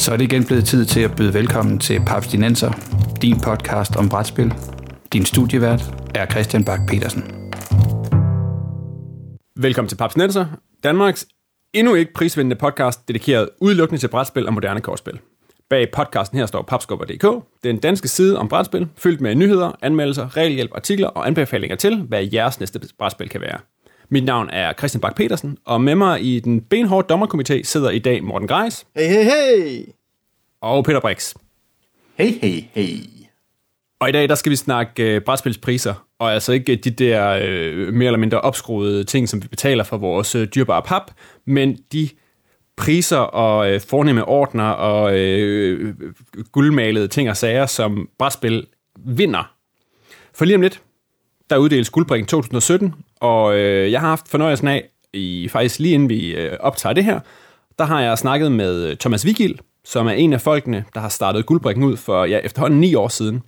Så er det igen blevet tid til at byde velkommen til Papstinenser, din podcast om brætspil. Din studievært er Christian Bak petersen. Velkommen til Papstinenser, Danmarks endnu ikke prisvindende podcast, dedikeret udelukkende til brætspil og moderne kortspil. Bag podcasten her står Papskubber.dk, den danske side om brætspil, fyldt med nyheder, anmeldelser, regelhjælp, artikler og anbefalinger til, hvad jeres næste brætspil kan være. Mit navn er Christian Bak petersen, og med mig i den benhårde dommerkomité sidder i dag Morten Greis. Hey, hey, hey! Og Peter Brix. Hey, hey, hey. Og i dag der skal vi snakke brætspilspriser, og altså ikke de der mere eller mindre opskruede ting, som vi betaler for vores dyrbare pap, men de priser og fornemme ordner og guldmalede ting og sager, som brætspil vinder. For lige om lidt, der uddeles Guldbrikken 2017, og jeg har haft fornøjelsen af, faktisk lige inden vi optager det her, der har jeg snakket med Thomas Vigild, som er en af folkene, der har startet Guldbrikken ud for efterhånden 9 år siden.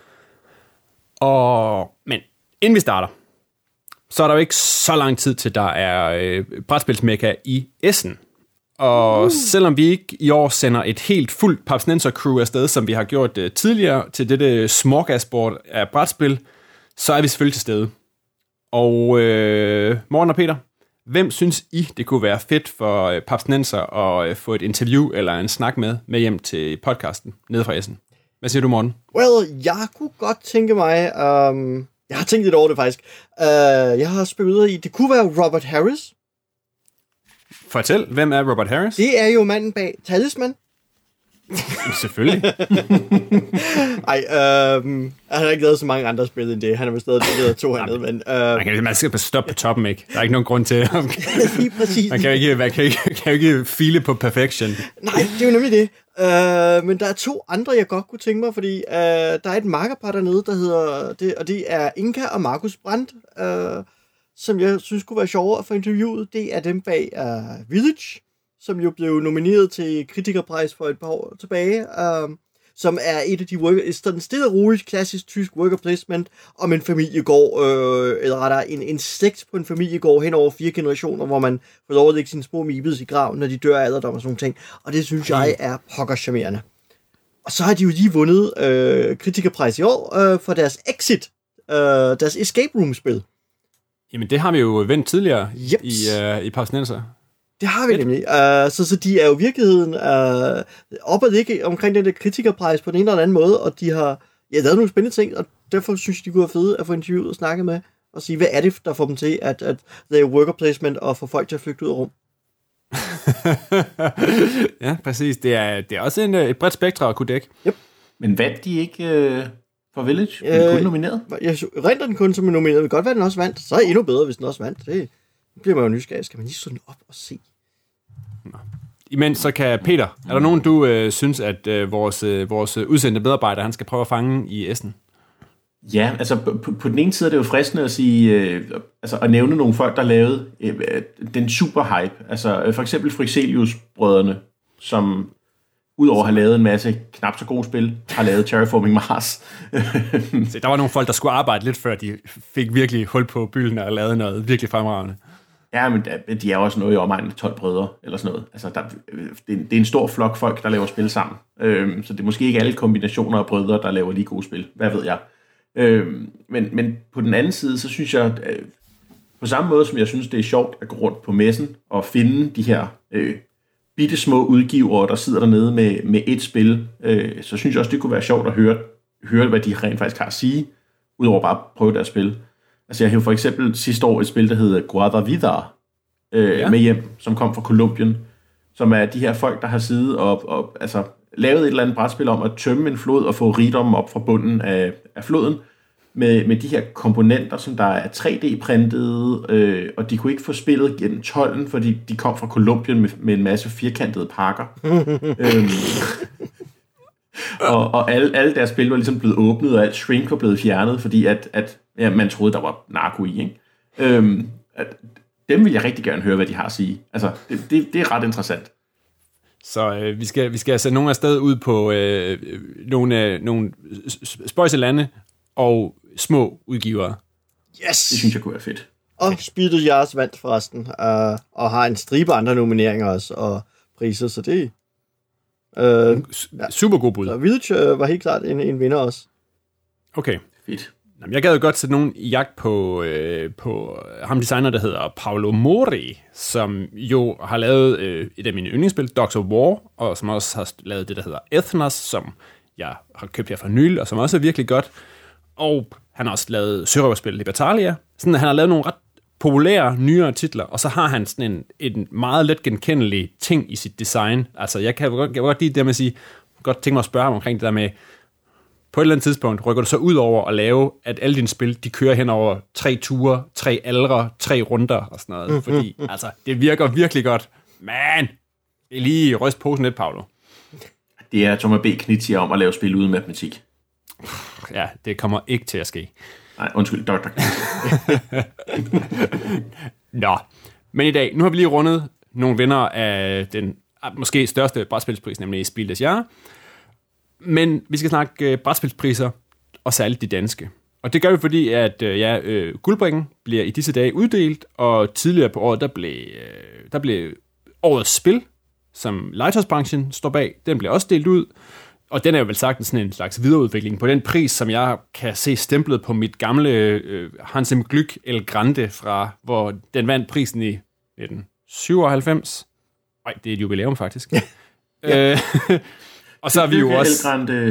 Men inden vi starter, så er der jo ikke så lang tid til, der er brætspilsmekka i Essen. Og selvom vi ikke i år sender et helt fuldt Papstinenser-crew afsted, som vi har gjort tidligere til dette smorgasbord af brætspil, så er vi selvfølgelig til stede. Og Morten og Peter, hvem synes I, det kunne være fedt for Papstinenser at få et interview eller en snak med hjem til podcasten nede fra Essen? Hvad siger du, Morten? Well, jeg kunne godt tænke mig... jeg har tænkt lidt over det, faktisk. Jeg har spekuleret i... Det kunne være Robert Harris. Fortæl, hvem er Robert Harris? Det er jo manden bag Talisman. Selvfølgelig. Ej, han har ikke lavet så mange andre spil end det. Han har vel stadig lavet 2 hernede, men... Man skal stoppe på toppen, ikke? Der er ikke nogen grund til... Lige præcis. Man kan jo ikke file på perfection. Nej, det er jo nemlig det. Men der er 2 andre, jeg godt kunne tænke mig, fordi der er et makkerpar dernede, der hedder... Og det er Inka og Markus Brandt, som jeg synes kunne være sjovere for interviewet. Det er dem bag Village, som jo blev nomineret til kritikerpris for et par år tilbage, som er et af de sådan stille og roligt klassisk tysk worker placement om en familiegård, eller rettere en slægt på en familiegård hen over 4 generationer, hvor man får lov at lægge sine små mibes i graven, når de dør af alderdom og sådan nogle ting. Og det synes jeg er pokker charmerende. Og så har de jo lige vundet kritikerpris i år for deres Exit, deres escape room-spil. Jamen det har vi jo vendt tidligere Jeps. i Papstinenser. Det har vi nemlig. Så de er jo i virkeligheden op at ligge omkring den der kritikerpris på den ene eller anden måde, og de har lavet nogle spændende ting, og derfor synes jeg, de kunne være fede at få interviewet og snakke med, og sige, hvad er det, der får dem til at lave worker placement og få folk til at flygte ud af rum. Ja, præcis. Det er også et bredt spektre at kunne dække. Yep. Men vandt de ikke for Village? Den kun nomineret? Jeg renter den kun som nomineret. Det vil godt være, den også vandt. Så er det endnu bedre, hvis den også vandt. Det bliver man jo nysgerrig. Skal man lige sådan op og se? Imens så kan Peter, er der nogen, du synes, at vores udsendte medarbejder, han skal prøve at fange i Essen? Ja, altså på den ene side er det jo fristende at sige, at nævne nogle folk, der lavede den super hype. Altså for eksempel Frixelius-brødrene, som udover at have lavet en masse knap så gode spil, har lavet Terraforming Mars. Så der var nogle folk, der skulle arbejde lidt før de fik virkelig hul på bylden og lavede noget virkelig fremragende. Ja, men de er også noget i omegnen 12 brødre, eller sådan noget. Altså, det er en stor flok folk, der laver spil sammen. Så det er måske ikke alle kombinationer af brødre, der laver lige gode spil. Hvad ved jeg? Men på den anden side, så synes jeg, på samme måde som jeg synes, det er sjovt at gå rundt på messen og finde de her bitte små udgivere, der sidder dernede med et spil, så synes jeg også, det kunne være sjovt at høre, hvad de rent faktisk har at sige, udover bare at prøve deres spil. Altså jeg har jo for eksempel sidste år et spil, der hedder Guarda Vidar med hjem, som kom fra Colombien, som er de her folk, der har siddet og altså, lavet et eller andet brætspil om at tømme en flod og få rigdommen op fra bunden af floden, med de her komponenter, som der er 3D-printede, og de kunne ikke få spillet gennem tolden, fordi de kom fra Colombien med en masse firkantede pakker. Og alle deres spil var ligesom blevet åbnet, og alt shrink var blevet fjernet, fordi at man troede, der var narko i, ikke? Dem vil jeg rigtig gerne høre, hvad de har at sige. Altså, det er ret interessant. Så vi skal sende nogle afsted ud på nogle spøjse lande og små udgivere. Yes! Det synes jeg kunne være fedt. Og Speedo Jars vandt forresten, og har en stribe andre nomineringer også, og priser, så det Super god bud. Så Village var helt klart en vinder også. Okay. Fedt. Jamen, jeg gad jo godt sætte nogen i jagt på ham designer, der hedder Paolo Mori, som jo har lavet et af mine yndlingsspil, Dogs of War, og som også har lavet det, der hedder Ethnos, som jeg har købt her for nylig, og som også er virkelig godt. Og han har også lavet sørøverspil Libertalia. Sådan, han har lavet nogle ret populære, nyere titler, og så har han sådan en meget let genkendelig ting i sit design. Altså, jeg kan godt lide det med at sige, godt tænke mig at spørge ham omkring det der med, på et eller andet tidspunkt rykker du så ud over at lave, at alle dine spil, de kører hen over 3 ture, 3 aldre, 3 runder og sådan noget. Fordi, altså, det virker virkelig godt. Men, det er lige ryst posen lidt, Paolo. Det er Thomas B. Knizia om at lave spil uden matematik. Ja, det kommer ikke til at ske. Nej, undskyld, Dr. Nå, men i dag, nu har vi lige rundet nogle vinder af den måske største brætspilspris, nemlig Spiel des Jahres. Men vi skal snakke brætspilspriser, og særligt de danske. Og det gør vi, fordi at Guldbrikken bliver i disse dage uddelt, og tidligere på året, der blev årets spil, som legetøjsbranchen står bag, den blev også delt ud. Og den er jo vel sagt sådan en slags videreudvikling på den pris, som jeg kan se stemplet på mit gamle Hans im Glück El Grande, fra hvor den vandt prisen i 1997. Nej, det er et jubilæum faktisk. Ja. Og så er vi jo også...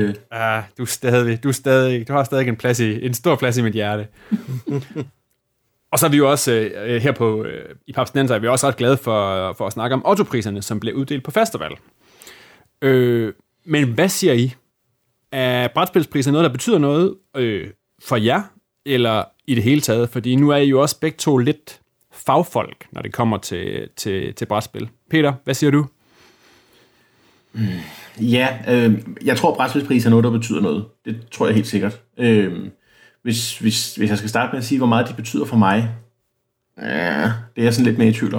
Du har stadig en stor plads i mit hjerte. Og så er vi jo også her på i Papstinenser er vi også ret glade for at snakke om Otto-priserne, som blev uddelt på festival. Men hvad siger I? Er brætspilspriser noget, der betyder noget for jer, eller i det hele taget? Fordi nu er I jo også begge to lidt fagfolk, når det kommer til brætspil. Peter, hvad siger du? Ja, jeg tror, at brætspilspriser er noget, der betyder noget. Det tror jeg helt sikkert. Hvis jeg skal starte med at sige, hvor meget de betyder for mig, det er jeg sådan lidt mere i tvivl om.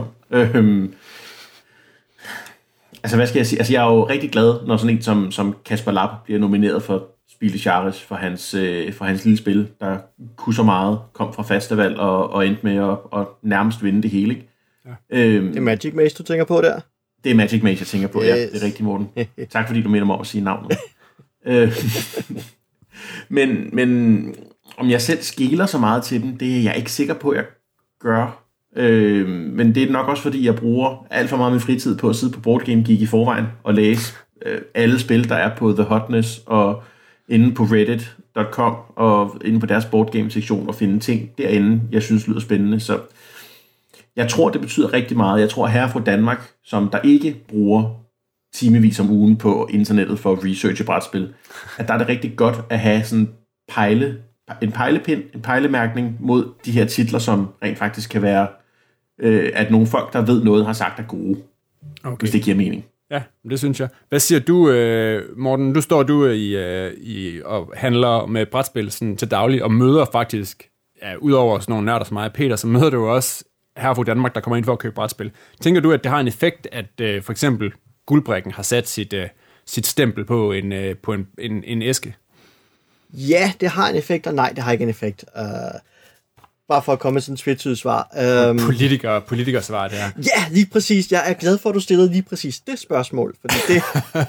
Altså, hvad skal jeg sige? Altså, jeg er jo rigtig glad, når sådan en som Kasper Lapp bliver nomineret for Spiel des Jahres for hans lille spil, der kunne så meget, kom fra festival og endte med at nærmest vinde det hele. Ikke? Ja. Det er Magic Maze, du tænker på der? Det er Magic Maze, jeg tænker på. Yes. Ja, det er rigtigt, Morten. Tak fordi du minder mig om at sige navnet. men om jeg selv skeler så meget til dem, det er jeg ikke sikker på, at jeg gør. Men det er nok også, fordi jeg bruger alt for meget min fritid på at sidde på Board Game Geek i forvejen og læse alle spil, der er på The Hotness og inde på reddit.com og inde på deres Board Game sektion og finde ting derinde, jeg synes lyder spændende. Så jeg tror, det betyder rigtig meget. Jeg tror, her fra Danmark, som der ikke bruger timevis om ugen på internettet for at researche brætspil, at der er det rigtig godt at have sådan en pejlepind, en pejlemærkning mod de her titler, som rent faktisk kan være, at nogle folk, der ved noget, har sagt er gode. Okay. Hvis det giver mening. Ja, det synes jeg. Hvad siger du, Morten? Du står i og handler med brætspil sådan til daglig, og møder faktisk, udover sådan nogle nørder som mig og Peter, så møder du også her fra Danmark, der kommer ind for at købe brætspil. Tænker du, at det har en effekt, at for eksempel Guldbrikken har sat sit stempel på en æske? Ja, det har en effekt, og nej, det har ikke en effekt. Bare for at komme med sådan et tvetydigt svar. Politikersvar, det her. Ja, lige præcis. Jeg er glad for, at du stillede lige præcis det spørgsmål. Fordi det...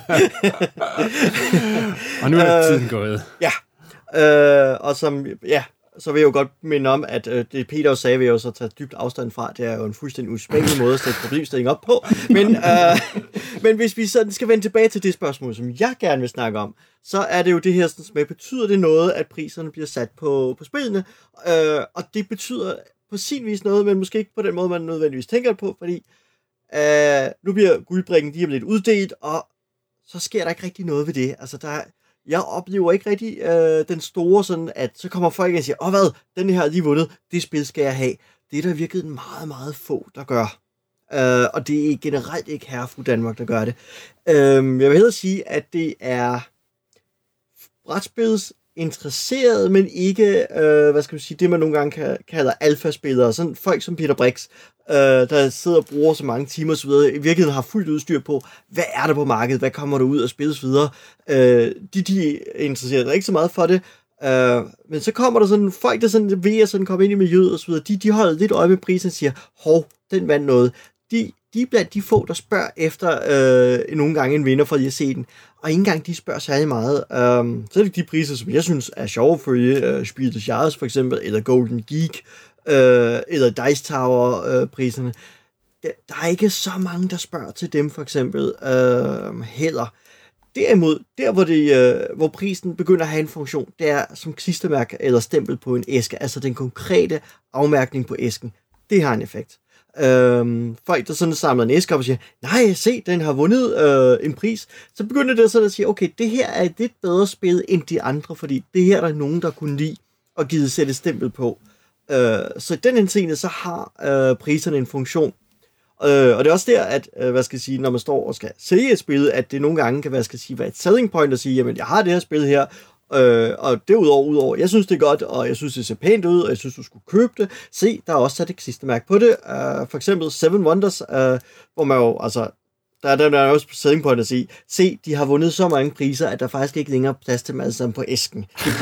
Og nu er tiden gået. Ja, og så vil jeg jo godt minde om, at det Peter sagde, vil jeg jo så tage dybt afstand fra. Det er jo en fuldstændig usmækkelig måde at sætte problemstilling op på. Men hvis vi sådan skal vende tilbage til det spørgsmål, som jeg gerne vil snakke om, så er det jo det her, sådan, med, betyder det noget, at priserne bliver sat på spillene? Og det betyder på sin vis noget, men måske ikke på den måde, man nødvendigvis tænker på, fordi nu bliver Guldbrikken, de er blevet uddelt, og så sker der ikke rigtig noget ved det. Altså, jeg oplever ikke rigtig den store sådan, at så kommer folk og siger, hvad, den her er lige vundet, det spil skal jeg have. Det er der virkelig meget, meget få, der gør. Og det er generelt ikke herre fra Danmark, der gør det. Jeg vil hellere sige, at det er brætspils interesseret, men ikke, det man nogle gange kalder alfaspillere. Sådan folk som Peter Brix, der sidder og bruger så mange timer og så videre, i virkeligheden har fuldt udstyr på, hvad er der på markedet, hvad kommer der ud og spilles videre. De er interesseret ikke så meget for det, men så kommer der sådan folk, der sådan ved at sådan komme ind i miljøet og så videre, de holder lidt øje med prisen og siger, den vandt noget. De de er blandt de få, der spørger efter nogle gange en vinder for lige at se den. Og ikke engang de spørger særlig meget. Så er det de priser, som jeg synes er sjove at følge. Spiel des Jahres for eksempel, eller Golden Geek, eller Dice Tower-priserne. Der er ikke så mange, der spørger til dem for eksempel heller. Derimod, hvor prisen begynder at have en funktion, det er som klistermærke eller stempel på en æske, altså den konkrete afmærkning på æsken. Det har en effekt. Folk, der sådan samler en æske op og siger, nej, se, den har vundet en pris, så begynder det sådan at sige, okay, det her er et lidt bedre spil end de andre, fordi det her der er nogen, der kunne lide og givet sætte stempel på. Så i den henseende, så har priserne en funktion. Og det er også der, at når man står og skal sælge et spil, at det nogle gange kan være et selling point at sige, jamen, jeg har det her spil her, og derudover, jeg synes det er godt, og jeg synes det ser pænt ud, og jeg synes du skulle købe det. Se, der er også sat et klistermærke på det. For eksempel Seven Wonders, hvor man jo, altså, der er også selling point at sige, se, de har vundet så mange priser, at der faktisk ikke længere er plads til dem alle sammen på æsken.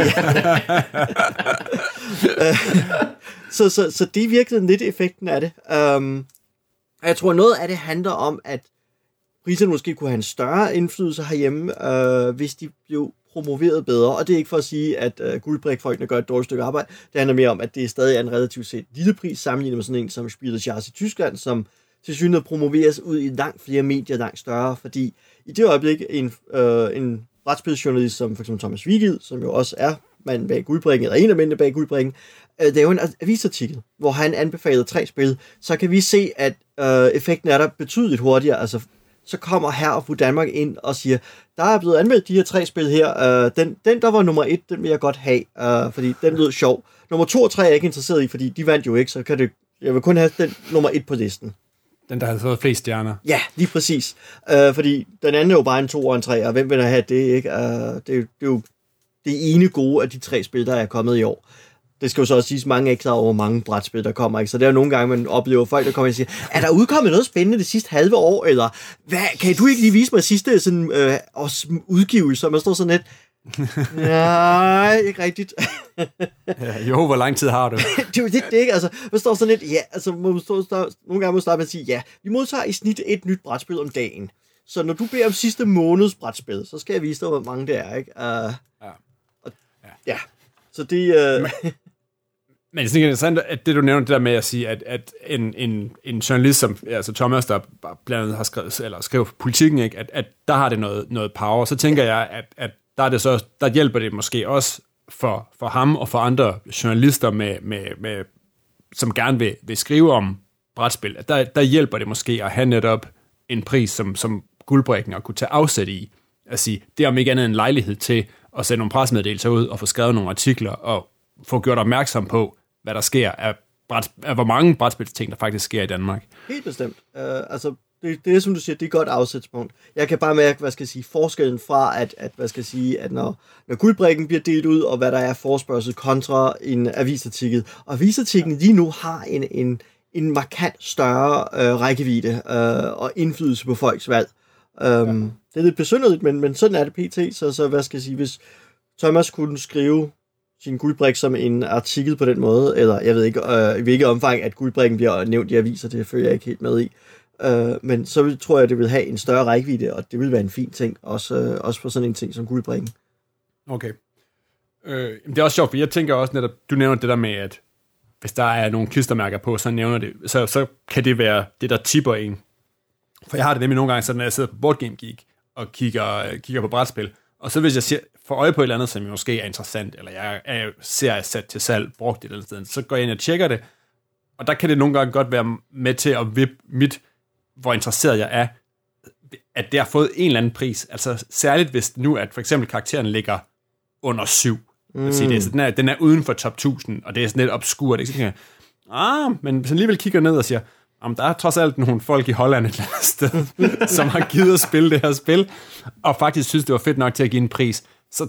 Så det er virkelig lidt effekten af det. Jeg tror, noget af det handler om, at priserne måske kunne have en større indflydelse herhjemme, hvis de blev promoveret bedre. Og det er ikke for at sige, at guldbrik-folkene gør et dårligt stykke arbejde. Det handler mere om, at det stadig er en relativt set lille pris, sammenlignet med sådan en som Spiel des Jahres i Tyskland, som til synligheden promoveres ud i langt flere medier, langt større. Fordi i det øjeblik, en brætspilsjournalist som for eksempel Thomas Wigid, som jo også er manden bag guldbrikken, eller en af mændene bag guldbrikken, laver en avisartikel, hvor han anbefalede 3 spil, så kan vi se, at effekten er der betydeligt hurtigere. Altså, så kommer her og Fru Danmark ind og siger, der er blevet anmeldt de her 3 spil her. Den der var nummer 1, den vil jeg godt have, fordi den lød sjov. Nummer 2 og 3 er jeg ikke interesseret i, fordi de vandt jo ikke, så kan det, jeg vil kun have den nummer 1 på listen. Den, der har fået flest stjerner. Ja, lige præcis. Fordi den anden er jo bare en 2 og en 3, og hvem vil have det, ikke? Det er jo det ene gode af de 3 spil, der er kommet i år. Det skal jo så også siges, mange er ikke klar over, hvor mange brætspil, der kommer, ikke? Så det er jo nogle gange, man oplever folk, der kommer og siger, er der udkommet noget spændende det sidste halve år, eller kan du ikke lige vise mig sidste sådan, udgivelse? Og man står sådan lidt, nej, ikke rigtigt. Ja, jo, hvor lang tid har du? Det er jo lidt det, ikke? Altså, man står sådan lidt, ja, altså, nogle gange må starte med at sige, ja, vi modtager i snit et nyt brætspil om dagen. Så når du beder om sidste måneds brætspil, så skal jeg vise dig, hvor mange det er, ikke? Ja. Så det... Men det er interessant, at det du nævner, det der med at sige, at en journalist som altså Thomas, der blandt andet har skrevet Politikken, ikke? At der har det noget power. Så tænker jeg, at der hjælper det måske også for ham og for andre journalister, med som gerne vil skrive om brætspil. At der hjælper det måske at have netop en pris, som guldbrikken og kunne tage afsæt i. At sige, det er om ikke andet en lejlighed til at sende nogle pressemeddelelser ud og få skrevet nogle artikler og få gjort opmærksom på, hvad der sker af hvor mange brætspilsting, der faktisk sker i Danmark. Helt bestemt. Det er, som du siger, det er et godt afsætspunkt. Jeg kan bare mærke, forskellen fra, at når guldbrikken bliver delt ud, og hvad der er forespørgsel kontra en avisartikel. Og avisartiklen lige nu har en markant større rækkevidde og indflydelse på folks valg. Det er lidt besynderligt, men sådan er det pt. Så hvis Thomas kunne skrive sin guldbrik som en artikel på den måde, eller jeg ved ikke i hvilket omfang, at guldbrikken bliver nævnt i aviser, det følger jeg ikke helt med i. Men så tror jeg, det vil have en større rækkevidde, og det vil være en fin ting, også for sådan en ting som guldbrikken. Okay. Det er også sjovt, for jeg tænker også netop, du nævner det der med, at hvis der er nogle klistermærker på, så kan det være det, der tipper en. For jeg har det nemlig nogle gange, så når jeg sidder på Board Game Geek og kigger på brætspil, og så hvis jeg får øje på et eller andet, som måske er interessant, eller jeg ser sat til salg, brugt et eller andet sted, så går jeg ind og tjekker det, og der kan det nogle gange godt være med til at vippe hvor interesseret jeg er, at det har fået en eller anden pris. Altså særligt hvis nu, at for eksempel karakteren ligger under 7. Så den er uden for top 1000, og det er sådan lidt obskurt. Ikke? Så tænker jeg, men hvis jeg alligevel kigger ned og siger, der er trods alt nogle folk i Holland et eller andet sted, som har givet at spille det her spil, og faktisk synes, det var fedt nok til at give en pris, så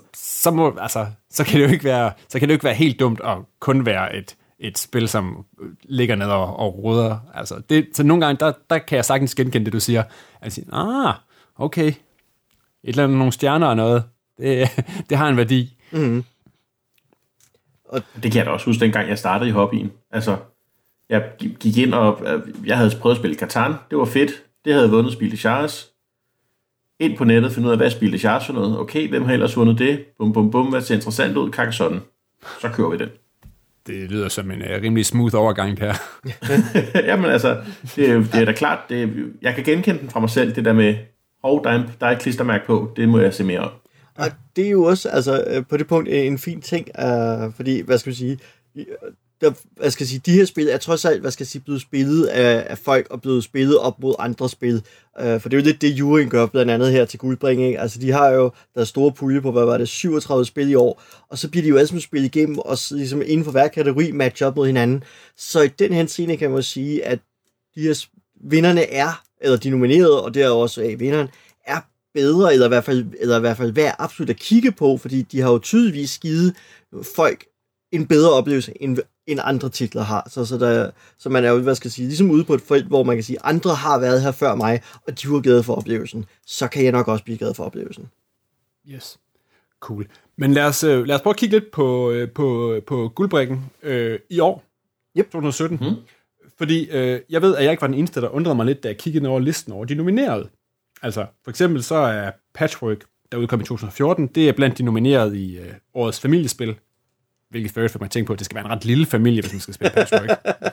kan det jo ikke være helt dumt at kun være et spil, som ligger ned og ruder. Altså, så nogle gange, der kan jeg sagtens genkende det, du siger. Jeg siger, okay, et eller andet, nogle stjerner og noget, det har en værdi. Mm-hmm. Og det kan jeg da også huske, dengang jeg startede i hobbyen. Altså, Jeg gik ind, og jeg havde prøvet at spille Catan. Det var fedt. Det havde vundet Spiel des Jahres. Ind på nettet, finde ud af, hvad Spiel des Jahres for noget. Okay, hvem har ellers vundet det? Bum, bum, bum. Hvad ser interessant ud? Carcassonne. Så kører vi den. Det lyder som en rimelig smooth overgang her. Jamen altså, det er da klart. Jeg kan genkende den fra mig selv, det der med, der er et klistermærke på. Det må jeg se mere om. Og det er jo også altså, på det punkt en fin ting, fordi, hvad skal vi sige, de her spil er trods alt, blevet spillet af folk og blevet spillet op mod andre spil. For det er jo lidt det, juryen gør, blandt andet her til Guldbring, ikke? Altså, de har jo der store pulje på, hvad var det, 37 spil i år, og så bliver de jo alle sammen spillet igennem, og ligesom inden for hver kategori match op mod hinanden. Så i den henseende kan man sige, at de her vinderne er, eller de nominerede, og det er også vinderen, er bedre, eller i hvert fald værd absolut at kigge på, fordi de har jo tydeligvis givet folk en bedre oplevelse, end andre titler har. Så man er jo, ligesom ude på et felt, hvor man kan sige, andre har været her før mig, og de var glade for oplevelsen. Så kan jeg nok også blive glad for oplevelsen. Yes. Cool. Men lad os prøve at kigge lidt på Guldbrikken i år. Yep. 2017. Fordi jeg ved, at jeg ikke var den eneste, der undrede mig lidt, da jeg kiggede over listen over de nominerede. Altså, for eksempel så er Patchwork, der udkom i 2014, det er blandt de nominerede i årets familiespil. Hvilket fører for mig at tænke på, at det skal være en ret lille familie, hvis man skal spille Patchwork.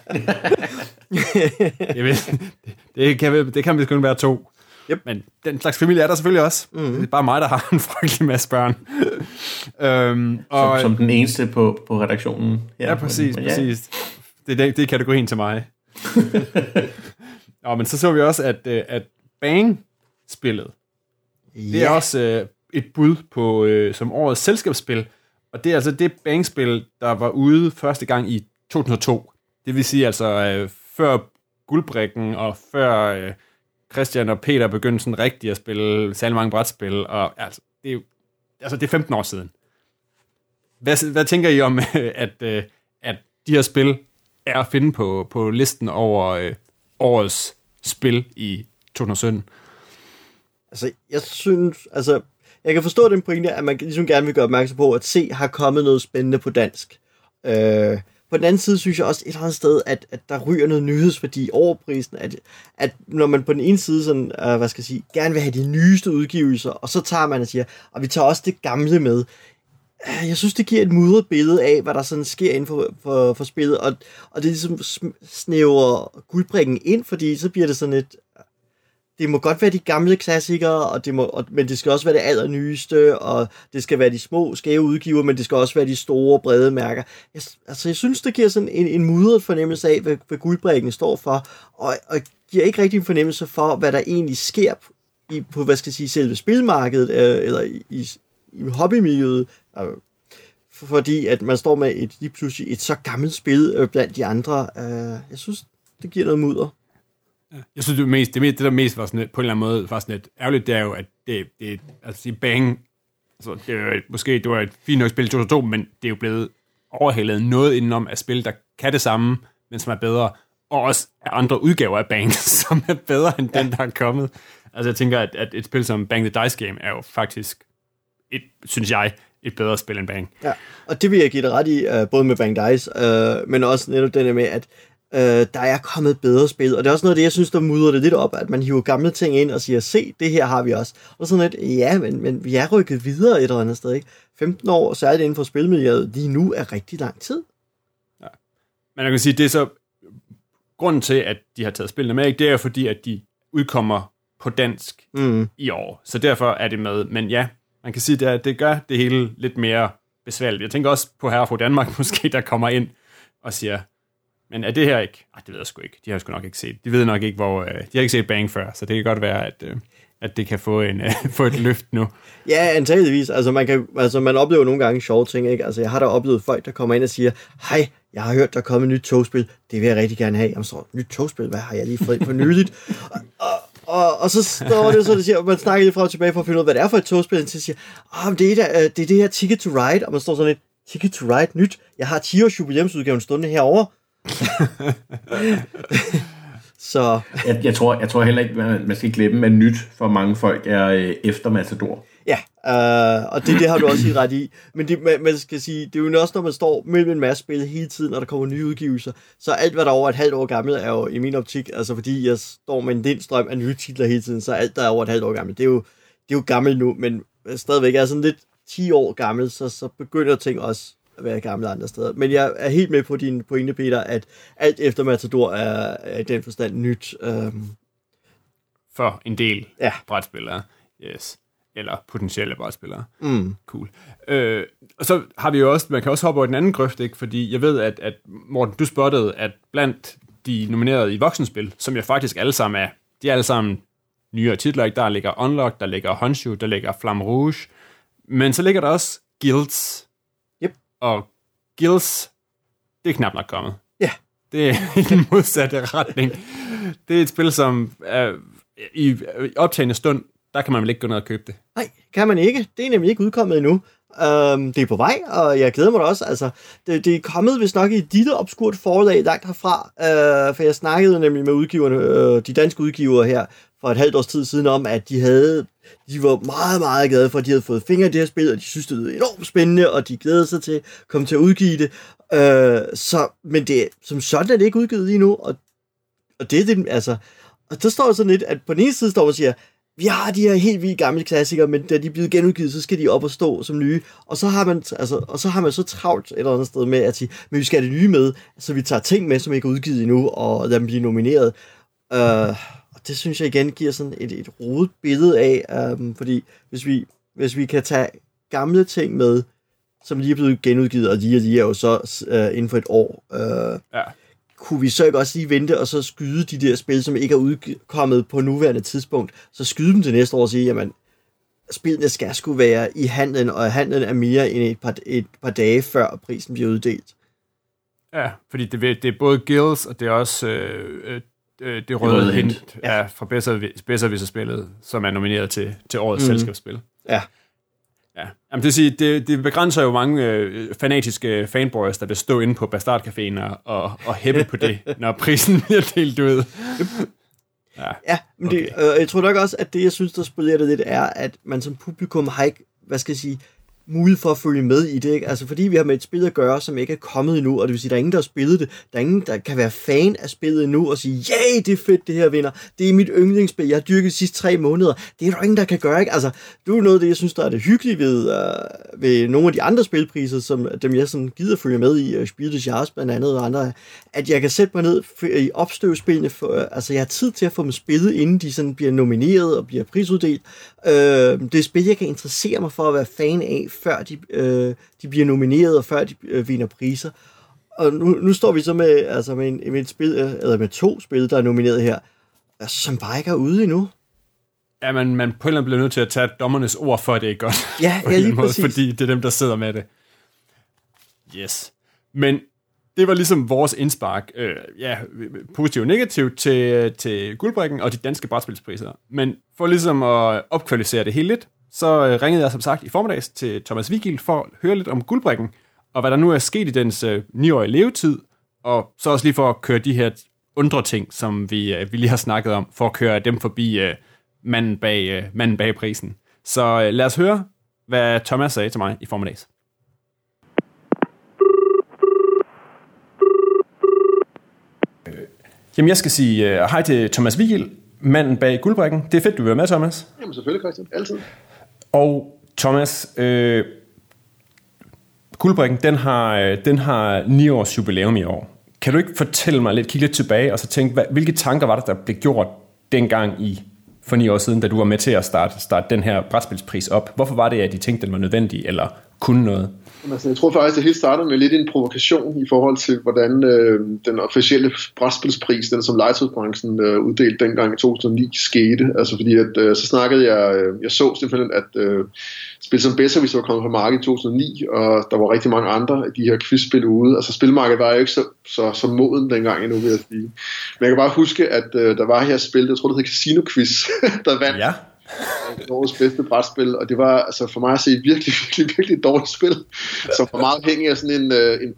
det kan vist kun være 2. Yep. Men den slags familie er der selvfølgelig også. Det er bare mig, der har en frygtelig masse børn. Som den eneste på redaktionen. Ja, præcis. Det er kategorien til mig. Men så vi også, at Bang-spillet, det er også et bud på som årets selskabsspil. Og det er altså det Bang-spil, der var ude første gang i 2002. Det vil sige altså før Guldbrikken og før Christian og Peter begyndte sådan rigtigt at spille særlig mange brætspil. Og altså, det er 15 år siden. Hvad tænker I om, at de her spil er at finde på listen over årets spil i 2017? Altså, jeg synes... Jeg kan forstå den pointe, at man ligesom gerne vil gøre opmærksom på, at C har kommet noget spændende på dansk. På den anden side synes jeg også et eller andet sted, at der ryger noget nyhedsværdi over prisen, at når man på den ene side sådan, gerne vil have de nyeste udgivelser, og så tager man og siger, og vi tager også det gamle med. Jeg synes, det giver et mudret billede af, hvad der sådan sker inden for spillet, og det ligesom snæver Guldbrikken ind, fordi så bliver det sådan et... Det må godt være de gamle klassikere, men det skal også være det allernyeste, og det skal være de små, skæve udgiver, men det skal også være de store, brede mærker. Jeg synes, det giver sådan en mudret fornemmelse af, hvad Guldbrikken står for, og giver ikke rigtig en fornemmelse for, hvad der egentlig sker på selve spilmarkedet, eller i hobbymiljøet, fordi at man står med lige pludselig et så gammelt spil blandt de andre. Jeg synes, det giver noget mudder. Jeg synes, det der mest var sådan, på en eller anden måde var sådan lidt ærgerligt, det er jo, at det altså Bang, altså, det var et fint nok spil i 2002, men det er jo blevet overhældet noget indenom af spil, der kan det samme, men som er bedre, og også af andre udgaver af Bang, som er bedre end den, der er kommet. Altså jeg tænker, at et spil som Bang the Dice Game er jo faktisk, synes jeg, et bedre spil end Bang. Ja, og det vil jeg give dig ret i, både med Bang Dice, men også netop den med, at der er kommet bedre spil, og det er også noget af det, jeg synes, der mudrer det lidt op, at man hiver gamle ting ind og siger, se, det her har vi også. Og sådan lidt, ja, men vi er rykket videre et eller andet sted, ikke? 15 år, særligt inden for spilmiljøet, lige nu er rigtig lang tid. Ja. Men jeg kan sige, det er så grunden til, at de har taget spillene med, ikke? Det er jo fordi, at de udkommer på dansk i år, så derfor er det med. Men ja, man kan sige, at det gør det hele lidt mere besværligt. Jeg tænker også på Herre fra Danmark, måske, der kommer ind og siger, men er det her ikke? Det ved jeg sgu ikke. De har sgu nok ikke set. De ved nok ikke, hvor... de har ikke set Bang før, så det kan godt være, at det kan få et løft nu. Ja, antageligvis. Altså, man oplever nogle gange sjove ting, ikke? Altså, jeg har da oplevet folk, der kommer ind og siger, hej, jeg har hørt, der er kommet et nyt togspil. Det vil jeg rigtig gerne have. Jamen, så nyt togspil, hvad har jeg lige fået for nyligt? Og så står det så, det siger, man snakker lidt frem og tilbage for at finde ud af, hvad det er for et togspil, og så siger, det er det her Ticket to Ride, og man står sådan lidt, Ticket to Ride, nyt. Jeg har 10-års jubilæumsudgaven stående herovre. Så jeg tror heller ikke, man skal glemme, at nyt for mange folk er efter Matador. Ja, og det har du også helt ret i. Men man skal sige, det er jo også, når man står mellem en masse spil hele tiden, når der kommer nye udgivelser, så alt, hvad der er over et halvt år gammelt, er jo i min optik, altså fordi jeg står med en lindstrøm af nye titler hele tiden, så alt, der er over et halvt år gammelt, det er jo gammelt nu, men stadigvæk er sådan lidt 10 år gammel, så begynder ting også at være gamle andre steder. Men jeg er helt med på din pointe, Peter, at alt efter Matador er i den forstand nyt. For en del brætspillere. Yes. Eller potentielle brætspillere. Cool. Og så har vi jo også, man kan også hoppe over den anden grøft, ikke? Fordi jeg ved, at Morten, du spottede, at blandt de nominerede i voksenspil, som jeg faktisk alle sammen er, de er alle sammen nyere titler, ikke? Der ligger Unlock, der ligger Honshu, der ligger Flamme Rouge, men så ligger der også Guilds. Yep. Og Guilds, det er knap nok kommet. Ja. Det er i den modsatte retning. Det er et spil, som i optagende stund, der kan man vel ikke gå ned og købe det? Nej, kan man ikke. Det er nemlig ikke udkommet endnu. Det er på vej, og jeg glæder mig da også. Altså, det er kommet vist nok i et lille obskurt forlag langt herfra, for jeg snakkede nemlig med udgiverne, de danske udgivere her, for et halvt års tid siden om, at de var meget, meget glade for, at de havde fået fingre i det her spil, og de synes, det var enormt spændende, og de glædede sig til at komme til at udgive det. Men det, som sådan er det ikke udgivet lige nu, og det er det, altså. Og der står sådan lidt, at på den ene side står man og siger, vi har de her helt vildt gamle klassikere, men da de er blevet genudgivet, så skal de op og stå som nye. Og så har man så travlt et eller andet sted med at sige, men vi skal have det nye med, så vi tager ting med, som ikke er udgivet endnu, og lader dem blive nomineret. Og det synes jeg igen giver sådan et rodet billede af, fordi hvis vi kan tage gamle ting med, som lige er blevet genudgivet, og de er jo så inden for et år, kunne vi så ikke også lige vente og så skyde de der spil, som ikke er udkommet på nuværende tidspunkt, så skyde dem til næste år og sige, jamen, spillene skal sgu være i handlen, og handlen er mere end et par dage før prisen bliver uddelt. Ja, fordi det er både Guilds, og det er også det røde hint fra Besserwisser-spillet, som er nomineret til årets selskabsspil. Ja. Ja, jamen det vil sige, det begrænser jo mange fanatiske fanboys, der vil stå inde på Bastard-caféen og hæppe på det, når prisen bliver delt ud. Ja, men okay. Jeg tror nok også, at det, jeg synes, der spiller det lidt, er, at man som publikum har ikke, mulighed for at følge med i det, ikke? Altså fordi vi har med et spil at gøre, som ikke er kommet endnu, og det vil sige, der er ingen, der har spillet det. Der er ingen, der kan være fan af spillet endnu og sige, ja, det er fedt, det her vinder. Det er mit yndlingsspil, jeg har dyrket de sidste 3 måneder. Det er der ingen, der kan gøre, ikke? Altså, det er noget af det, jeg synes, der er det hyggelige ved nogle af de andre spilpriser, som dem jeg sådan gider følge med i, Spiel des Jahres blandt andet og andre, at jeg kan sætte mig ned i opstøvspillene, altså jeg har tid til at få dem spillet, inden de sådan bliver nomineret og bliver prisuddelt. Det er spil, jeg kan interessere mig for at være fan af, før de bliver nomineret, og før de vinder priser. Og nu står vi så med et spil, eller med 2 spil, der er nomineret her, som bare ikke er ude endnu. Ja, man på en eller anden bliver nødt til at tage dommernes ord for, at det er godt. Ja, lige præcis. Fordi det er dem, der sidder med det. Yes. Men det var ligesom vores indspark, positivt og negativt til Guldbrikken og de danske brætspilspriser. Men for ligesom at opkvalificere det hele lidt, så ringede jeg som sagt i formiddags til Thomas Vigil for at høre lidt om Guldbrikken, og hvad der nu er sket i dens 9-årige levetid, og så også lige for at køre de her undre ting, som vi lige har snakket om, for at køre dem forbi manden bag prisen. Så lad os høre, hvad Thomas sagde til mig i formiddags. Jamen, jeg skal sige hej til Thomas Vigil, manden bag Guldbrikken. Det er fedt, du vil være med, Thomas. Jamen selvfølgelig, Christian. Altid. Og Thomas, Guldbrikken, den har 9 års jubilæum i år. Kan du ikke fortælle mig lidt, kigge lidt tilbage, og så tænke, hvilke tanker var der blev gjort dengang for 9 år siden, da du var med til at starte den her brætspilspris op? Hvorfor var det, at de tænkte, den var nødvendig, eller kunne noget? Altså, jeg tror faktisk, at det hele startede med lidt en provokation i forhold til, hvordan den officielle brætspilspris, den som legetøjsbranchen uddelte dengang i 2009, skete. Altså fordi, at så snakkede jeg så simpelthen, at spil som Besserwisser var kommet på markedet i 2009, og der var rigtig mange andre af de her quizspil ude. Altså spilmarkedet var jo ikke så moden dengang endnu, vil jeg sige. Men jeg kan bare huske, at der var her spil, jeg tror det hed Casino Quiz, der vandt. Ja. Årets bedste brætspil, og det var altså for mig at se et virkelig dårligt spil, som var meget afhængig af sådan en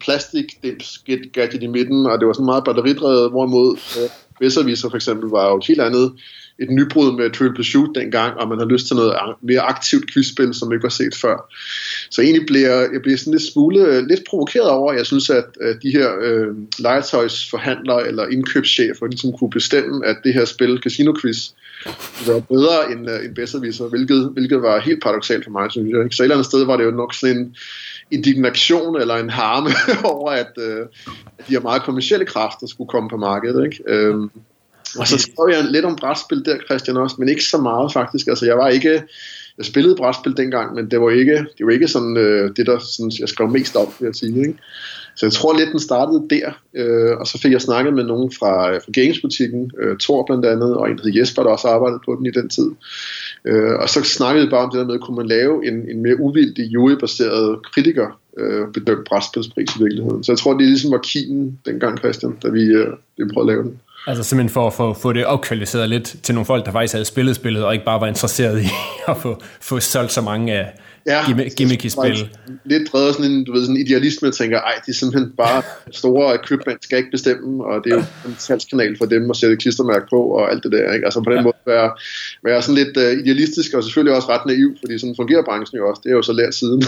plastik-gadget i midten, og det var sådan meget batteridrevet, hvorimod Besserwisser for eksempel var jo et helt andet et nybrud med Trivial Pursuit dengang, og man har lyst til noget mere aktivt quizspil, som jeg ikke har set før. Så egentlig bliver jeg sådan lidt provokeret over, jeg synes, at de her legetøjsforhandlere eller indkøbschefer ligesom kunne bestemme, at det her spil, Casino Quiz, var bedre end Besserwisser, hvilket var helt paradoksalt for mig, synes jeg. Ikke? Så et eller andet sted var det jo nok sådan en indignation eller en harme over, at de her meget kommercielle kræfter skulle komme på markedet. Ikke? Og så skrev jeg lidt om brætspil der, Christian, også, men ikke så meget faktisk. Altså, jeg spillede brætspil dengang, men det var ikke sådan det, der sådan, jeg skrev mest op, vil jeg sige. Ikke? Så jeg tror lidt, den startede der, og så fik jeg snakket med nogen fra Gamesbutikken, Thor blandt andet, og en, der hed Jesper, der også arbejdede på den i den tid. Og så snakkede vi bare om det der med, kunne man lave en mere uvildig, jurybaseret kritiker bedømt brætspilspris i virkeligheden. Så jeg tror, det ligesom var kimen dengang, Christian, da vi prøvede at lave den. Altså simpelthen for at få det opkvalificeret lidt til nogle folk, der faktisk havde spillet spillet, og ikke bare var interesseret i at få solgt så mange af gimmicky spil. Lidt drevet sådan en idealisme, jeg tænker, det er simpelthen bare store købmænd skal ikke bestemme, og det er jo en salgskanal for dem at sætte klistermærke på, og alt det der, ikke? Altså på den måde være sådan lidt idealistisk, og selvfølgelig også ret naiv, fordi sådan fungerer branchen jo også, det er jo så lært siden.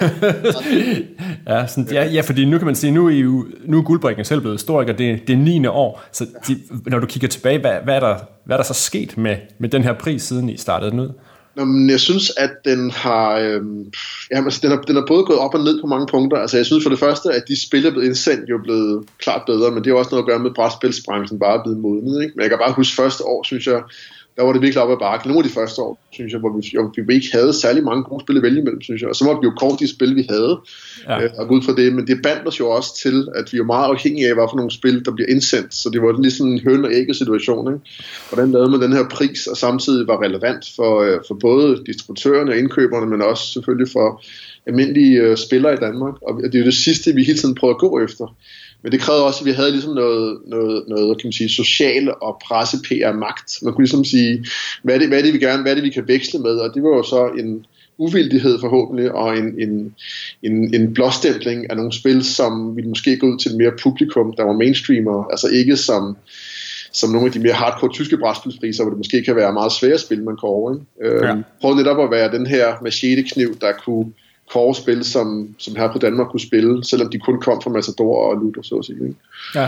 Ja, fordi nu kan man sige, nu er Guldbrikken selv blevet stor, og det er 9. år, så når du kigger tilbage, hvad er der så sket med den her pris, siden I startede den ud? Jeg synes, at den har den er både gået op og ned på mange punkter. Altså jeg synes for det første, at de spil, der er blevet indsendt, jo er blevet klart bedre, men det er også noget at gøre med brætspilsbranchen bare er blevet modnet, ikke? Men jeg kan bare huske første år, synes jeg, der var det virkelig op ad bakke. Nogle af de første år, synes jeg, hvor vi ikke havde særlig mange gode spil at vælge imellem, synes jeg. Og så måtte vi jo kort de spil, vi havde, og gå ud fra det. Men det bandt os jo også til, at vi er meget afhængige af, hvad for nogle spil, der bliver indsendt. Så det var ligesom en høn og ægge situation, ikke? Hvordan lavede man den her pris, og samtidig var relevant for både distributørerne og indkøberne, men også selvfølgelig for almindelige spillere i Danmark. Og det er jo det sidste, vi hele tiden prøver at gå efter. Men det krævede også, at vi havde ligesom noget kan man sige, social og presse-PR-magt. Man kunne ligesom sige, hvad er det vi gerne, hvad er det vi kan veksle med, og det var jo så en uvildighed forhåbentlig, og en blåstempling af nogle spil, som ville måske gå ud til mere publikum, der var mainstreamer, altså ikke som nogle af de mere hardcore tyske brætspilspriser, hvor det måske kan være meget svære spil, man går over. Prøv netop at være den her machete-kniv, der kunne spil, som her på Danmark kunne spille, selvom de kun kom fra Matador og Ludo, så at sige. Ikke? Ja.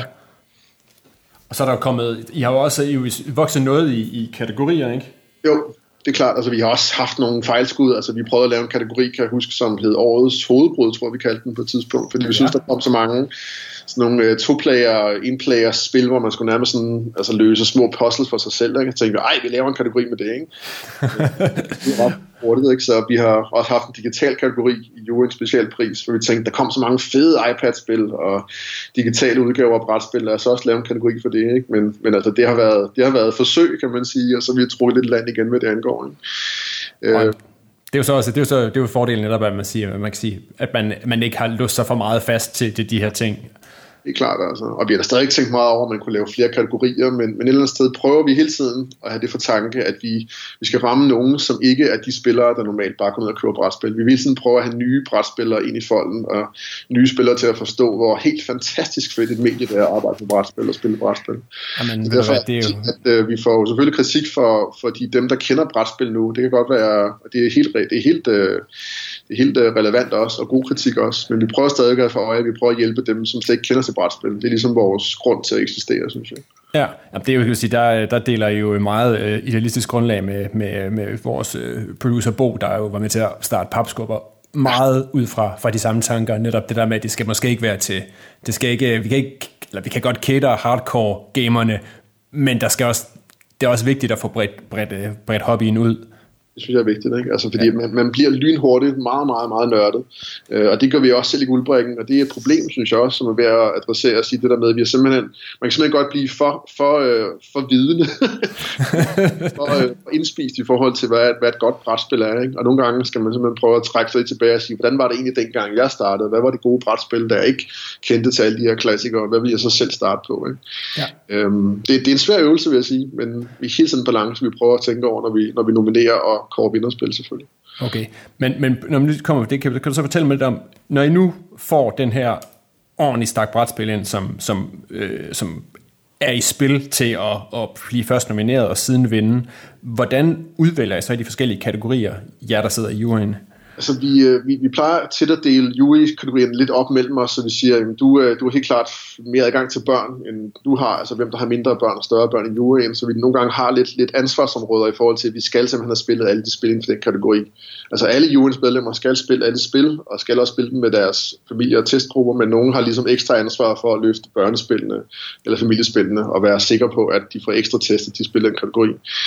Og så er der jo kommet, I har jo også vokset noget i kategorier, ikke? Jo, det er klart. Altså vi har også haft nogle fejlskud, altså vi prøvede at lave en kategori, kan jeg huske, som hed Årets Hovedbrud, tror jeg, vi kaldte den på et tidspunkt, fordi vi synes, der kom så mange sådan nogle to-player spil, hvor man skulle nærmest sådan, altså løse små puzzles for sig selv, ikke? Jeg tænkte, vi laver en kategori med det, ikke? Det er ret hurtigt, ikke? Så vi har også haft en digital kategori i juryens specialpris, hvor vi tænkte, der kom så mange fede iPad-spil og digitale udgaver af brætspil, lad os også lave en kategori for det, ikke? Men altså, det har været forsøg, kan man sige, og så vi har trukket lidt land igen, hvad det angår, ikke? Det er jo så også, det er jo fordelen netop, at man kan sige, at man ikke har låst sig for meget fast til de her ting. Det er klart, altså. Og vi har da stadig ikke tænkt meget over, at man kunne lave flere kategorier, men et eller andet sted prøver vi hele tiden at have det for tanke, at vi skal ramme nogen, som ikke er de spillere, der normalt bare kommer ned og køber brætspil. Vi vil hele tiden prøve at have nye brætspillere ind i folden, og nye spillere til at forstå, hvor helt fantastisk fedt et medie det er at arbejde med brætspil og spille brætspil. Jamen, derfor det er jo... at vi får selvfølgelig kritik for dem, der kender brætspil nu. Det kan godt være, det er helt relevant også, og god kritik også, men vi prøver stadig at for øje, at vi prøver at hjælpe dem, som slet ikke kender til brætspil. Det er ligesom vores grund til at eksistere, synes jeg. Ja, det er jo, kan sige, der deler jo meget idealistisk grundlag med vores producer Bo, der jo var med til at starte Papskubber, meget ud fra de samme tanker, netop det der med, at det skal måske ikke være til, det skal ikke, vi kan godt cater hardcore gamerne, men det er også vigtigt at få bredt hobbyen ud. Det synes jeg er vigtigt, ikke? Altså, fordi man bliver lynhurtigt meget, meget, meget nørdet. Og det gør vi også selv i Guldbrikken, og det er et problem, synes jeg også, som er ved at adressere og sige det der med, at man kan simpelthen godt blive for vidende, for indspist i forhold til, hvad et godt brætspil er, ikke? Og nogle gange skal man simpelthen prøve at trække sig lidt tilbage og sige, hvordan var det egentlig dengang jeg startede? Hvad var det gode brætspil, der jeg ikke kendte til alle de her klassikere? Hvad vil jeg så selv starte på, ikke? Ja. Det er en svær øvelse, vil jeg sige, men vi er helt sådan en balance, vi prøver at tænke over, når vi nominerer og kåre vinderspil selvfølgelig. Okay, men når man kommer det, kan du så fortælle mig lidt om, når I nu får den her ordentlig stak brætspil ind, som er i spil til at blive først nomineret og siden vinde. Hvordan udvælger I så i de forskellige kategorier, jer der sidder i juryen? Altså vi plejer til at dele jurykategorien lidt op mellem os, så vi siger, at du er helt klart mere adgang til børn, end du har, altså hvem der har mindre børn og større børn i juryen, så vi nogle gange har lidt ansvarsområder i forhold til, at vi skal simpelthen have spillet alle de spil inden for den kategori. Altså alle juryens medlemmer skal spille alle spil, og skal også spille dem med deres familie- og testgrupper, men nogen har ligesom ekstra ansvar for at løfte børnespillene eller familiespillene, og være sikker på, at de får ekstra testet de spil i den kategori.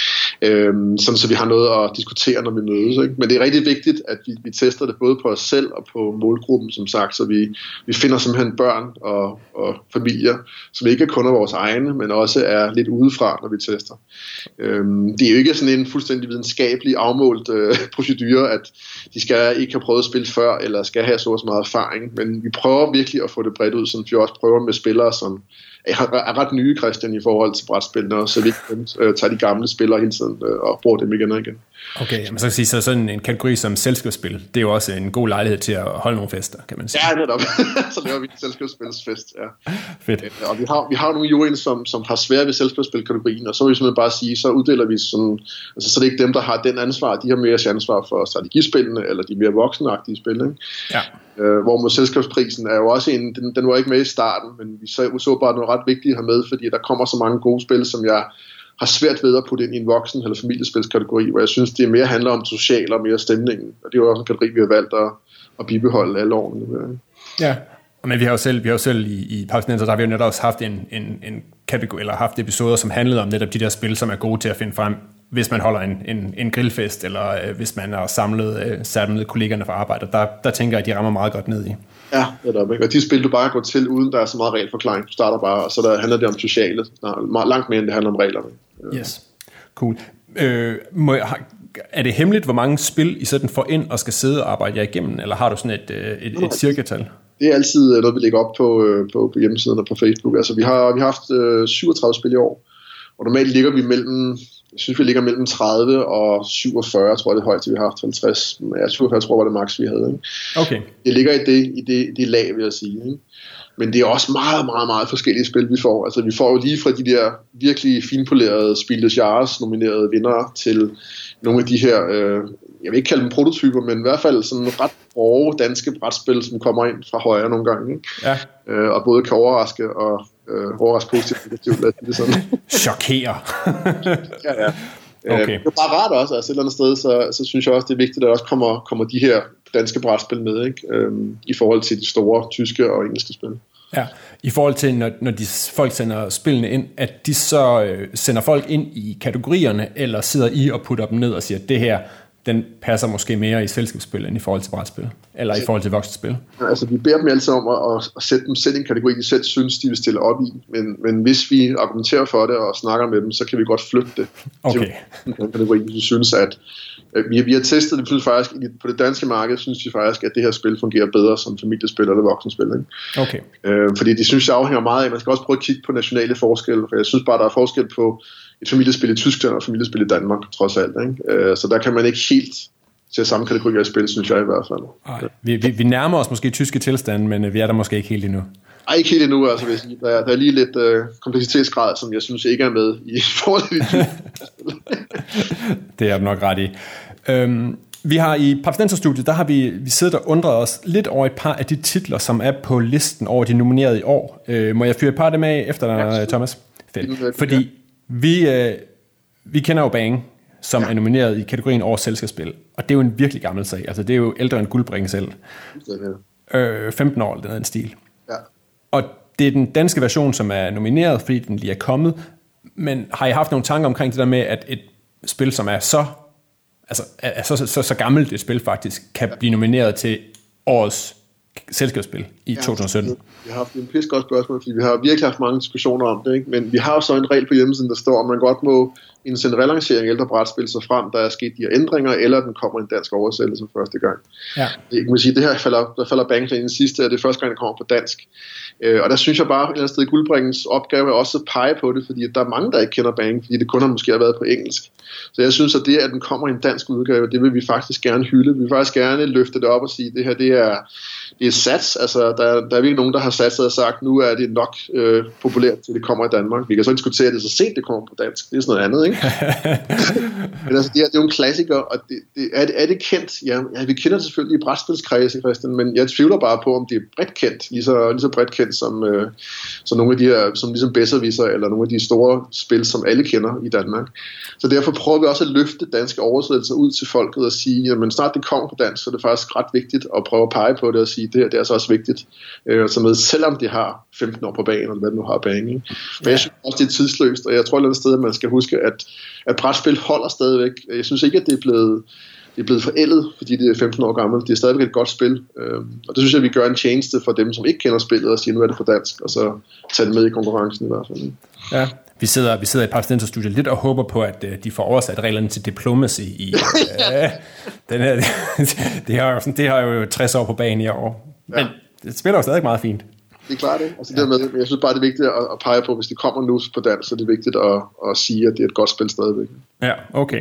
Sådan så vi har noget at diskutere, når vi mødes. Ikke? Men det er rigtig vigtigt, at vi tester det både på os selv og på målgruppen, som sagt, så vi finder simpelthen børn og familier, som ikke kun er vores egne, men også er lidt udefra, når vi tester. Det er jo ikke sådan en fuldstændig videnskabelig afmålt procedure, at de skal ikke have prøvet at spille før, eller skal have så meget erfaring, men vi prøver virkelig at få det bredt ud, så vi også prøver med spillere, som er ret nye, Christian, i forhold til brætspillene, så vi tager de gamle spillere hele tiden og bruger dem igen og igen. Okay, men så kan sige, så sådan en kategori som selskabsspil, det er jo også en god lejlighed til at holde nogle fester, kan man sige. Ja, netop. Så laver vi en selskabsspilsfest, ja. Fedt. Og vi har nogle juryen, som har svært ved selskabsspilkategorien, og så vil vi simpelthen bare sige, så uddeler vi sådan, altså så det er ikke dem, der har den ansvar, de har mere ansvar for strategispillene, eller de mere voksenagtige spil, ikke? Ja. Hvor selskabsprisen er jo også den var ikke med i starten, men vi så bare noget ret vigtigt at have med, fordi der kommer så mange gode spil, som jeg har svært ved at putte ind i en voksen- eller familiespilskategori, hvor jeg synes, det mere handler om det sociale og mere stemningen. Og det er jo også en kategori, vi har valgt at bibeholde alle årene. Ja, men vi har jo selv i Pausnenser, der har vi jo netop også haft en kategori, eller haft episoder, som handlede om netop de der spil, som er gode til at finde frem, hvis man holder en grillfest, eller hvis man er samlet kollegerne fra arbejde. Der tænker jeg, at de rammer meget godt ned i. Ja, det er ikke. Og de spil, du bare går til, uden der er så meget regelforklaring. Du starter bare, og så handler det om sociale, langt mere end det handler om reglerne. Yes, cool. Er det hemmeligt, hvor mange spil I sådan får ind og skal sidde og arbejde jer igennem, eller har du sådan et cirkatal? Det er altid noget, vi lægger op på hjemmesiden og på Facebook. Altså, vi har haft 37 spil i år, og normalt ligger vi mellem 30 og 47, tror jeg det er højt til, vi har haft 50. Ja, 47 tror jeg var det max, vi havde. Ikke? Okay. Det ligger i det lag, vil jeg sige. Ikke? Men det er også meget, meget, meget forskellige spil, vi får. Altså, vi får jo lige fra de der virkelig finpolerede Spiel des Jahres nominerede vindere til nogle af de her, jeg vil ikke kalde dem prototyper, men i hvert fald sådan ret hårde danske brætspil, som kommer ind fra højre nogle gange. Ikke? Ja. Og både kan overraske og overraske positivt, lad det sådan. Chokere. Ja. Okay. Det er bare rart også, altså et eller andet sted, så synes jeg også, det er vigtigt, at der også kommer de her danske brætspil med, ikke? I forhold til de store tyske og engelske spil. Ja, i forhold til, når folk sender spillene ind, at de så sender folk ind i kategorierne, eller sidder I og putter dem ned og siger, at det her, den passer måske mere i selskabsspil, end i forhold til brætspil, eller i forhold til voksenspil? Altså, vi beder dem altid om at sætte dem selv i en kategori, de selv synes, de vil stille op i, men hvis vi argumenterer for det og snakker med dem, så kan vi godt flytte det til en kategori, hvis vi synes, at vi har testet det, faktisk på det danske marked, synes vi faktisk, at det her spil fungerer bedre som familiespil eller voksenspil. Ikke? Okay. Fordi det synes jeg afhænger meget af, man skal også prøve at kigge på nationale forskelle, for jeg synes bare, der er forskel på et familiespil i Tyskland og et familiespil i Danmark, trods alt. Ikke? Så der kan man ikke helt til samme kategori af spil, synes jeg i hvert fald. Vi nærmer os måske tyske tilstande, men vi er der måske ikke helt endnu. Ej, ikke helt endnu, altså hvis der er lige lidt kompleksitetsgrad, som jeg synes ikke er med i forhold til de tyske spil. Det er du nok ret i. Vi har i Papsnenser-studiet, der har vi siddet og undret os lidt over et par af de titler, som er på listen over de nominerede i år. Må jeg fyre et par af dem af efter dig, Thomas? Fedt. Fordi vi kender jo Bang, som er nomineret i kategorien Årets Selskabsspil. Og det er jo en virkelig gammel sag. Altså, det er jo ældre end Guldbringen selv. 15 år, den er en stil. Ja. Og det er den danske version, som er nomineret, fordi den lige er kommet. Men har I haft nogle tanker omkring det der med, at et spil, som er så gammelt et spil faktisk, kan blive nomineret til Årets Selskabsspil i 2017? Vi har haft en pissegodt spørgsmål, fordi vi har virkelig haft mange diskussioner om det, ikke? Men vi har jo så en regel på hjemmesiden, der står, at man godt må en relancering af ældre brætspil, så frem der er sket de her ændringer, eller den kommer en dansk oversættelse for første gang. Ja. Jeg kan sige, det her falder Bang ind i sidste, og det er første gang, det kommer på dansk. Og der synes jeg bare, et eller andet sted, Guldbringens opgave er også at pege på det, fordi der er mange, der ikke kender Bang, fordi det kun har måske været på engelsk. Så jeg synes, at det, at den kommer i en dansk udgave, det vil vi faktisk gerne hylde. Vi vil faktisk gerne løfte det op og sige, at det her, det er sats. Altså, der er virkelig nogen, der har sat sig og sagt, nu er det nok populært, til det kommer i Danmark. Vi kan så diskutere det så sent, det kommer på dansk. Det er sådan noget andet, ikke? Men altså, det er jo en klassiker, og er det kendt? Ja, vi kender det selvfølgelig i brætspilskredse, Christian, men jeg tvivler bare på, om det er bredt kendt, lige så bredt kendt som nogle af de her, som ligesom Besserwisser, eller nogle af de store spil, som alle kender i Danmark. Så derfor prøver vi også at løfte danske oversættelser ud til folket og sige, jamen snart det kommer på dansk, så er det faktisk ret vigtigt at prøve at pege på det og sige, det er så også vigtigt. Så med, selvom de har 15 år på banen, eller hvad det nu har banen. Men jeg synes også, det er tidsløst, og jeg tror et eller andet sted, at man skal huske, at brætspil holder stadigvæk. Jeg synes ikke, at det er blevet forældet, fordi det er 15 år gammelt. Det er stadigvæk et godt spil. Og det synes jeg, vi gør en tjeneste for dem, som ikke kender spillet, og siger, nu er det på dansk, og så tage det med i konkurrencen i hvert fald. Ja. Vi sidder i et Papstinenser-studie lidt og håber på, at de får oversat reglerne til diplomacy i den her. Det har jo 60 år på banen i år. Men det spiller jo stadig meget fint. Det er klart det. Altså dermed, jeg synes bare, det er vigtigt at pege på, hvis det kommer nu på dansk, så er det vigtigt at sige, at det er et godt spil stadigvæk. Ja, okay.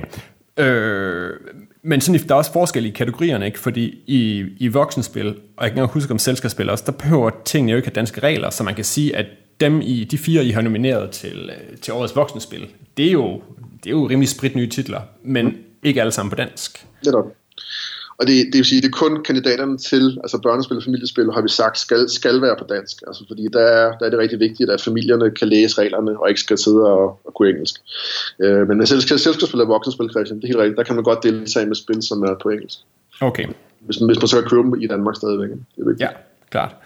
Men sådan, der er også forskel i kategorierne, ikke? Fordi i voksenspil, og jeg kan ikke huske om selskabsspil også, der behøver tingene jo ikke have danske regler, så man kan sige, at de 4, I har nomineret til årets voksenspil, det er jo rimelig spritnye titler, men ikke alle sammen på dansk. Netop. Og det vil sige, det er kun kandidaterne til, altså børnespil og familiespil, har vi sagt, skal være på dansk. Altså fordi der er det rigtig vigtigt, at familierne kan læse reglerne, og ikke skal sidde og kunne engelsk. Men med selskabsspil og voksenspil, Christian, det er helt rigtigt, der kan man godt deltage med spil, som er på engelsk. Okay. Hvis man så kan købe dem i Danmark stadigvæk. Det er vigtigt. Ja, klart.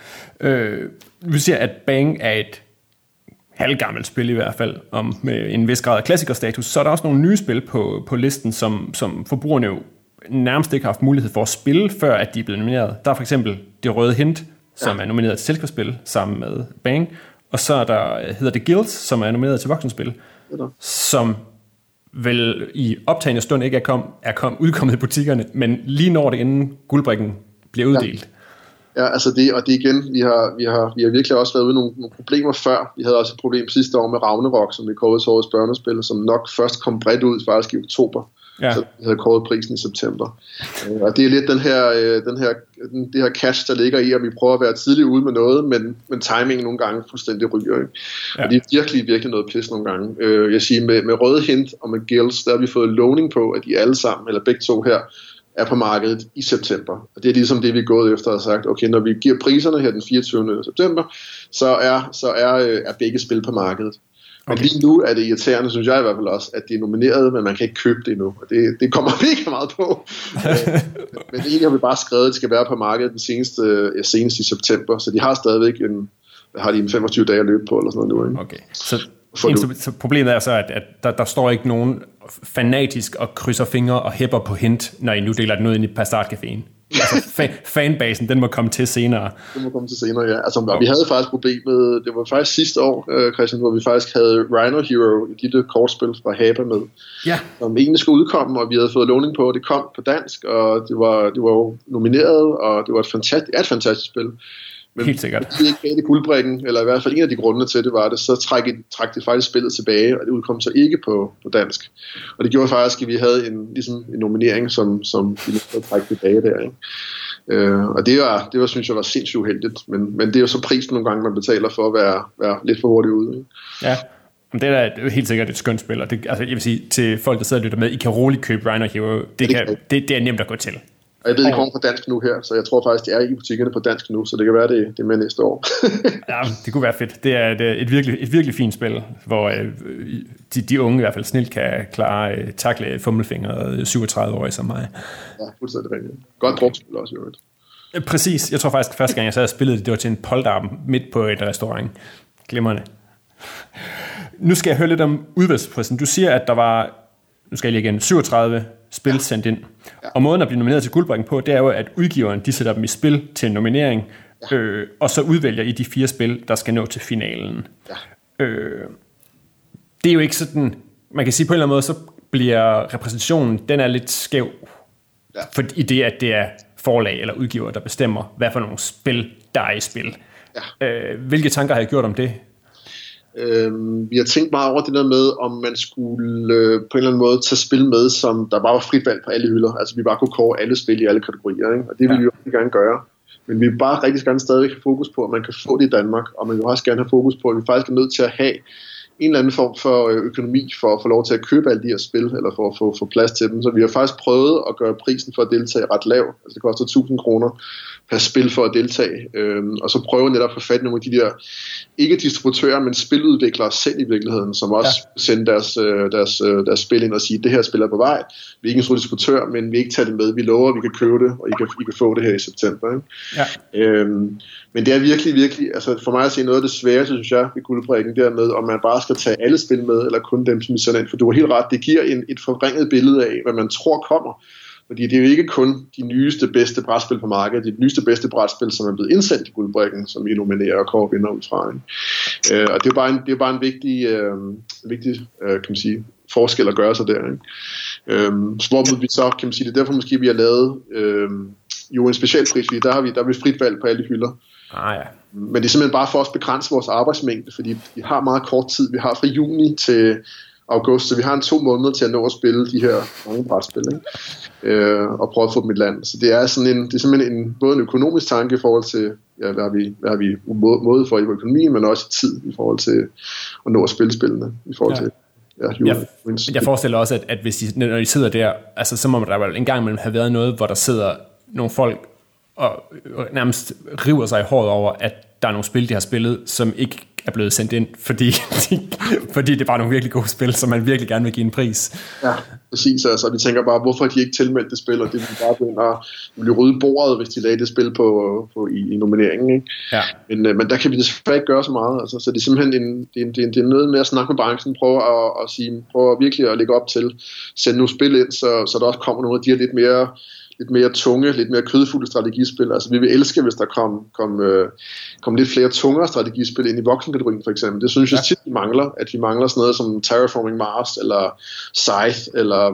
Vi siger, at Bang er et halvgammelt spil i hvert fald, med en vis grad af klassikerstatus, så er der også nogle nye spil på listen, som forbrugerne jo nærmest ikke har haft mulighed for at spille, før at de er blevet nomineret. Der er for eksempel Det Røde Hint, som er nomineret til selskabsspil sammen med Bang, og så er der hedder The Guild, som er nomineret til voksenspil, som vel i optagende stund ikke er udkommet i butikkerne, men lige når det inden Guldbrikken bliver uddelt. Ja, altså det igen, vi har virkelig også været ude i nogle problemer før. Vi havde også et problem sidste år med Ragnarok, som vi kårede til årets børnespil, som nok først kom bredt ud faktisk i oktober. Ja. Så vi havde kåret prisen i september. Og det er lidt det her catch, der ligger i, at vi prøver at være tidligt ude med noget, men timingen nogle gange fuldstændig ryger. Ikke? Ja. Og det er virkelig noget pis nogle gange. Jeg siger, med Røde Hint og med Guilds, der har vi fået lovning på, at de alle sammen, eller begge to her, er på markedet i september. Og det er ligesom det, vi er gået efter og sagt, okay, når vi giver priserne her den 24. september, så er begge spil på markedet. Men lige nu er det irriterende, synes jeg i hvert fald også, at de er nomineret, men man kan ikke købe det endnu. Og det kommer vi ikke meget på. Men egentlig har vi bare skrevet, at det skal være på markedet den senest i september, så de har stadigvæk en 25 dage at løbe på, eller sådan noget nu. Ikke? Okay. Så problemet er så, at der står ikke nogen fanatisk og krydser fingre og hæpper på hint, når I nu deler den ud ind i Bastardcaféen. Altså fanbasen, den må komme til senere. Den må komme til senere, ja. Altså, vi havde faktisk problemet, det var faktisk sidste år, Christian, hvor vi faktisk havde Rhino Hero, et lille kortspil fra Haba med, som egentlig skulle udkomme, og vi havde fået lovning på, at det kom på dansk, og det var jo nomineret, og det var et fantastisk spil. Men helt sikkert. Hvis vi ikke gav det Guldbrikken, eller i hvert fald en af de grunde til det var det, så trak det faktisk spillet tilbage, og det udkom så ikke på dansk. Og det gjorde faktisk, at vi havde en nominering, som vi lige trække tilbage der. Ikke? Og det var, synes jeg, var sindssygt uheldigt. Men det er jo så prisen nogle gange, man betaler for at være lidt for hurtigt ude. Ikke? Ja, men det er jo helt sikkert et skønt spil. Og det, altså, jeg vil sige, til folk, der sidder og lytter med, I kan roligt købe Rhino Hero. Det er nemt at gå til. Og jeg ved, det kommer på dansk nu her, så jeg tror faktisk, det er i butikkerne på dansk nu, så det kan være, det er med næste år. Ja, det kunne være fedt. Det er et virkelig fint spil, hvor de unge i hvert fald snilt kan takle fummelfingre 37-årige som mig. Ja, fuldstændig rigtigt. Godt drukspil også, jo. Præcis. Jeg tror faktisk, første gang jeg sad og spillede det var til en polterappen midt på et restaurant. Glimrende. Nu skal jeg høre lidt om udvalgsprocessen. Du siger, at der var, nu skal jeg lige igen, 37 spil sendt ind. Ja. Og måden at blive nomineret til Guldbrikken på, det er jo, at udgiveren de sætter dem i spil til en nominering, og så udvælger I de 4 spil, der skal nå til finalen. Ja. Det er jo ikke sådan man kan sige på en eller anden måde, så bliver repræsentationen, den er lidt skæv, for i det, at det er forlag eller udgiver, der bestemmer, hvad for nogle spil, der er i spil. Ja. Hvilke tanker har I gjort om det? Vi har tænkt meget over det der med, om man skulle på en eller anden måde tage spil med, som der bare var frit valg på alle hylder. Altså vi bare kunne kåre alle spil i alle kategorier, ikke? Og det vil vi jo rigtig gerne gøre. Men vi vil bare rigtig gerne stadig have fokus på, at man kan få det i Danmark, og man vil også gerne have fokus på, at vi faktisk er nødt til at have en eller anden form for økonomi for at få lov til at købe alle de her spil, eller for at få plads til dem. Så vi har faktisk prøvet at gøre prisen for at deltage ret lav. Altså det koster 1.000 kroner per spil for at deltage. Og så prøve netop at få fat i nogle af de der, ikke distributører, men spiludviklere selv i virkeligheden, som også sender deres spil ind og siger, det her spil er på vej. Vi er ikke en stor distributør, men vi ikke tager det med. Vi lover, at vi kan købe det, og I kan få det her i september. Ikke? Ja. Men det er virkelig, altså for mig at se noget af det svære, synes jeg, ved Guldbrikken dermed, om man bare skal tage alle spil med, eller kun dem, som vi sender ind. For du har helt ret, det giver et forvrænget billede af, hvad man tror kommer. Fordi det er jo ikke kun de nyeste, bedste brætspil på markedet, det er de nyeste, bedste brætspil, som er blevet indsendt i Guldbrikken, som vi nominerer og kårer vinder ud fra. Og det er bare en vigtig kan man sige, forskel at gøre sig der. Hvor vi så, kan man sige, det er derfor måske, vi har lavet jo en specialpris, fordi der har vi frit valg på alle hylder. Men det er simpelthen bare for at begrænse vores arbejdsmængde, fordi vi har meget kort tid. Vi har fra juni til august, så vi har 2 måneder til at nå at spille de her mange brætspil, og prøve at få dem i land. Så det er simpelthen både en økonomisk tanke i forhold til, hvad har vi måde for i økonomien, men også tid i forhold til at nå at spille spillene i forhold til. Jeg forestiller også, at hvis når I sidder der, altså, så må der vel en gang imellem have været noget, hvor der sidder nogle folk og nærmest river sig i håret over, at der er nogle spil, de har spillet, som ikke er blevet sendt ind, fordi det er bare nogle virkelig gode spil, som man virkelig gerne vil give en pris. Ja, præcis. Altså, vi tænker bare, hvorfor de ikke tilmeldt det spil, og det vil bare begynde at blive rydde bordet, hvis de lagde det spil i nomineringen. Ikke? Ja. Men der kan vi desværre ikke gøre så meget. Altså, så det er simpelthen det er noget med at snakke med branchen, prøve at virkelig at lægge op til, sende nogle spil ind, så der også kommer nogle af de her lidt mere tunge, lidt mere kødfulde strategispil. Altså vi vil elske, hvis der kom lidt flere tungere strategispil ind i voksenkategorien for eksempel. Det synes jeg tit, vi mangler. At vi mangler sådan noget som Terraforming Mars, eller Scythe, eller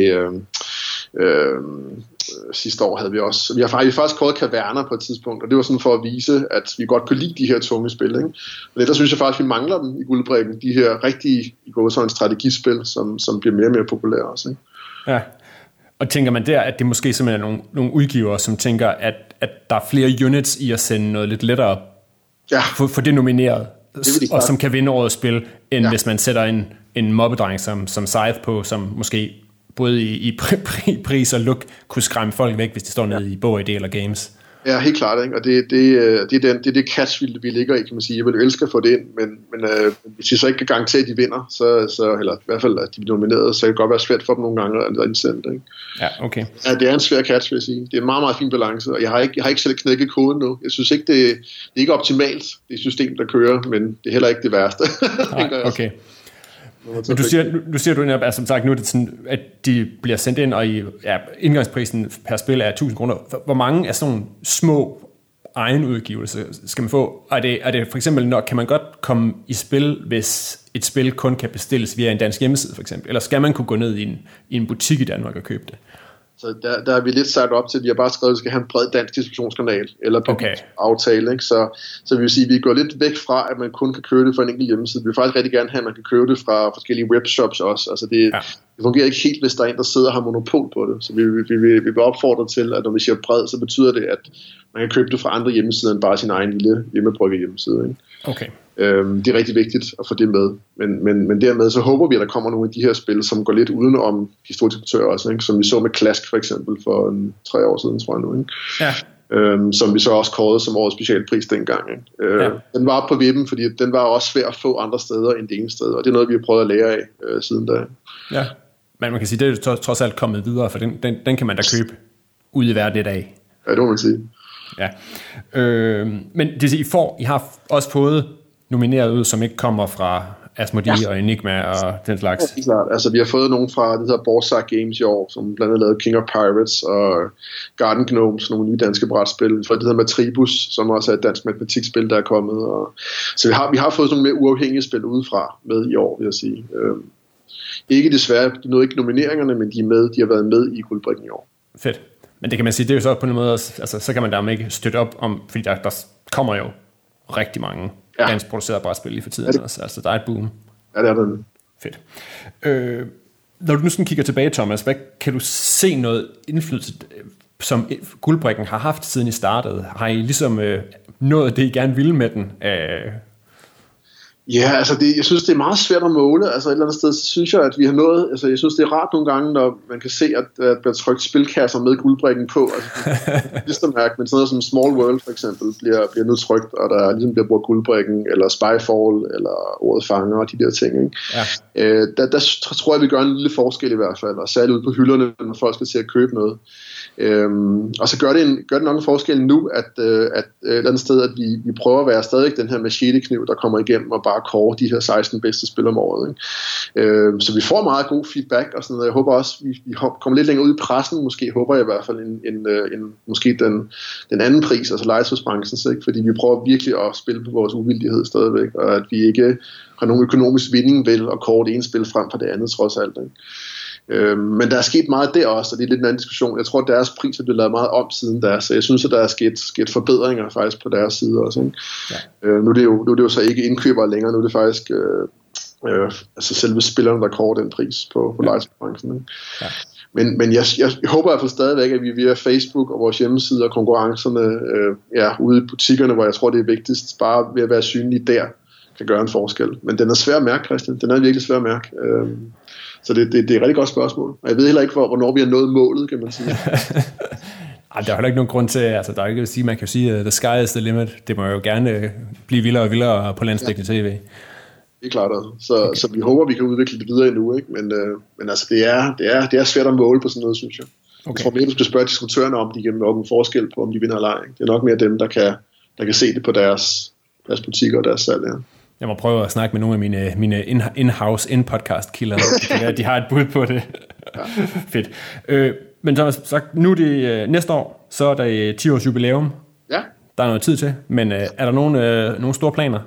sidste år havde vi også. Vi har faktisk kåret Caverna på et tidspunkt, og det var sådan for at vise, at vi godt kunne lide de her tunge spil. Ikke? Men der synes jeg faktisk, vi mangler dem i Guldbrikken. De her rigtige strategispil, som bliver mere og mere populære også. Ikke? Ja. Og tænker man der, at det måske simpelthen er nogle udgivere, som tænker, at der er flere units i at sende noget lidt lettere for det nomineret, og som kan vinde årets spil, end hvis man sætter en mobbedreng som Scythe på, som måske både i pris og look kunne skræmme folk væk, hvis de står nede i Bog eller Games. Ja, helt klart, ikke? Og det er det catch, vi ligger i, kan man sige. Jeg vil elske at få det ind, men hvis de så ikke kan garantere, at de vinder, så eller i hvert fald, at de bliver nomineret, så kan det godt være svært for dem nogle gange at indsende det, ikke? Ja, okay. Ja, det er en svær catch, vil jeg sige. Det er en meget, meget fin balance, og jeg har ikke selv knækket koden nu. Jeg synes ikke, det er ikke optimalt, det system, der kører, men det er heller ikke det værste. Nej, okay. Men du siger du, altså, som sagt, nu er det sådan, at de bliver sendt ind, og indgangsprisen per spil er 1.000 kroner. Hvor mange af sådan nogle små egenudgivelser skal man få? Er det for eksempel, kan man godt komme i spil, hvis et spil kun kan bestilles via en dansk hjemmeside for eksempel? Eller skal man kunne gå ned i en butik i Danmark og købe det? Så der er vi lidt sat op til, at vi har bare skrevet, at vi skal have en bred dansk distributionskanal, eller på aftale. Ikke? Så vi vil sige, at vi går lidt væk fra, at man kun kan købe det fra en enkelt hjemmeside. Vi vil faktisk rigtig gerne have, at man kan købe det fra forskellige webshops også. Altså det fungerer ikke helt, hvis der er en, der sidder og har monopol på det. Så vi vil opfordre til, at når vi siger bred, så betyder det, at man kan købe det fra andre hjemmesider, end bare sin egen lille hjemmebrygge hjemmeside. Ikke? Okay. Det er rigtig vigtigt at få det med, men dermed så håber vi, at der kommer nogle af de her spil, som går lidt udenom historiedistributører også, ikke? Som vi så med Klask for eksempel for 3 år siden, tror jeg nu, ikke? Ja. Som vi så også kårede som årets specialpris dengang. Ikke? Den var på vippen, fordi den var også svær at få andre steder end det ene sted, og det er noget, vi har prøvet at lære af siden da. Ja, men man kan sige, det er trods alt kommet videre, for den kan man da købe ude i verden i dag. Ja, det må man sige. Ja. Men det I har også fået nomineret ud, som ikke kommer fra Asmodee og Enigma og den slags. Ja, klart. Altså, vi har fået nogen fra det hedder Borsak Games i år, som blandt andet lavede King of Pirates og Garden Gnomes, nogle nye danske brætspil. For det hedder Matribus, som også er et dansk matematikspil, der er kommet. Så vi har fået nogle mere uafhængige spil udefra med i år, vil jeg sige. Ikke desværre, de nåede ikke nomineringerne, men de har været med i Guldbrikken i år. Fedt. Men det kan man sige, det er jo så på en måde, altså, så kan man dermed ikke støtte op om, fordi der kommer jo rigtig mange dansk producerede brætspil lige for tiden også. Altså, der er et boom. Ja, det er det. Fedt. Når du nu sådan kigger tilbage, Thomas, hvad kan du se noget indflydelse, som Guldbrikken har haft, siden I startede? Har I ligesom nået det, I gerne ville med den? Ja, altså jeg synes, det er meget svært at måle. Altså et eller andet sted, så synes jeg, at vi har nået. Altså jeg synes, det er rart nogle gange, når man kan se, at der bliver trykt spilkasser med Guldbrikken på. Altså men sådan noget som Small World for eksempel bliver nu trykt, og der ligesom bliver brugt Guldbrikken, eller Spyfall, eller Ordet Fanger og de der ting. Ikke? Ja. Der tror jeg, vi gør en lille forskel i hvert fald, og særligt ude på hylderne, når folk skal til at købe noget. Og så gør det nok en forskel nu, at et eller andet sted, at vi prøver at være stadig den her machete-kniv, der kommer igennem og bare kårer de her 16 bedste spil om året. Ikke? Så vi får meget god feedback og sådan noget. Jeg håber også, vi kommer lidt længere ud i pressen, måske håber jeg i hvert fald måske den anden pris, altså legetøjsbranchen, ikke? Fordi vi prøver virkelig at spille på vores uvildighed stadigvæk, og at vi ikke har nogen økonomisk vinding ved at kåre det ene spil frem for det andet trods alt. Ikke? Men der er sket meget der også, og det er lidt en anden diskussion. Jeg tror, at deres pris er blevet lavet meget om siden der, så jeg synes, at der er sket forbedringer faktisk på deres side også. Ikke? Ja. Nu er det jo så ikke indkøbere længere, nu er det faktisk altså selve spillerne, der kårer den pris på legetøjsbranchen. Ja. Men jeg håber i hvert fald stadigvæk, at vi via Facebook og vores hjemmeside og konkurrencerne ude i butikkerne, hvor jeg tror, det er vigtigst, bare ved at være synlige der, kan gøre en forskel. Men den er svær at mærke, Christian. Den er virkelig svær at mærke. Så det er et rigtig godt spørgsmål. Og jeg ved heller ikke, hvornår vi har nået målet, kan man sige. Ej, der er heller ikke nogen grund til, altså der er ikke at sige, man kan jo sige, the sky is the limit. Det må jo gerne blive vildere og vildere på landsdækkende tv. Det er klart altså. Så vi håber, vi kan udvikle det videre endnu, ikke? Men altså, det er svært at måle på sådan noget, synes jeg. Okay. Jeg tror mere, du skal spørge distributørerne om, de kan gøre en forskel på, om de vinder eller ej. Det er nok mere dem, der kan se det på deres butikker og deres salg, ja. Jeg må prøve at snakke med nogle af mine in-house, in-podcast-kilder. De har et bud på det. Ja. Fedt. Men Thomas, så nu er det næste år, så er der 10 års jubilæum. Ja. Der er noget tid til, men er der nogle store planer?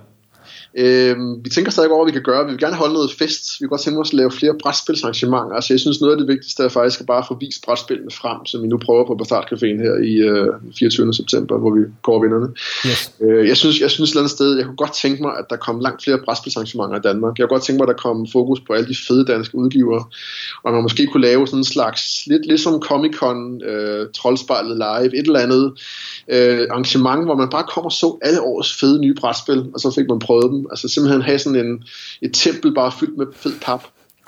Vi tænker stadig over, hvad vi kan gøre. Vi vil gerne holde noget fest. Vi kan godt tænke os at lave flere brætspilsarrangementer. Altså jeg synes noget af det vigtigste er faktisk at bare få vist brætspillene frem, som vi nu prøver på Bastardcaféen her i 24. september, hvor vi går vinderne. Yes. Jeg synes et eller andet sted, jeg kunne godt tænke mig, at der kom langt flere brætspilsarrangementer i Danmark. Jeg kunne godt tænke mig, at der kom fokus på alle de fede danske udgivere, og man måske kunne lave sådan en slags, lidt som Comic-Con, Troldspejlet Live, et eller andet arrangement, hvor man bare kommer og så alle årets fede nye brætspil, og så fik man prøvet dem. Altså simpelthen have sådan et tempel bare fyldt med fed pap.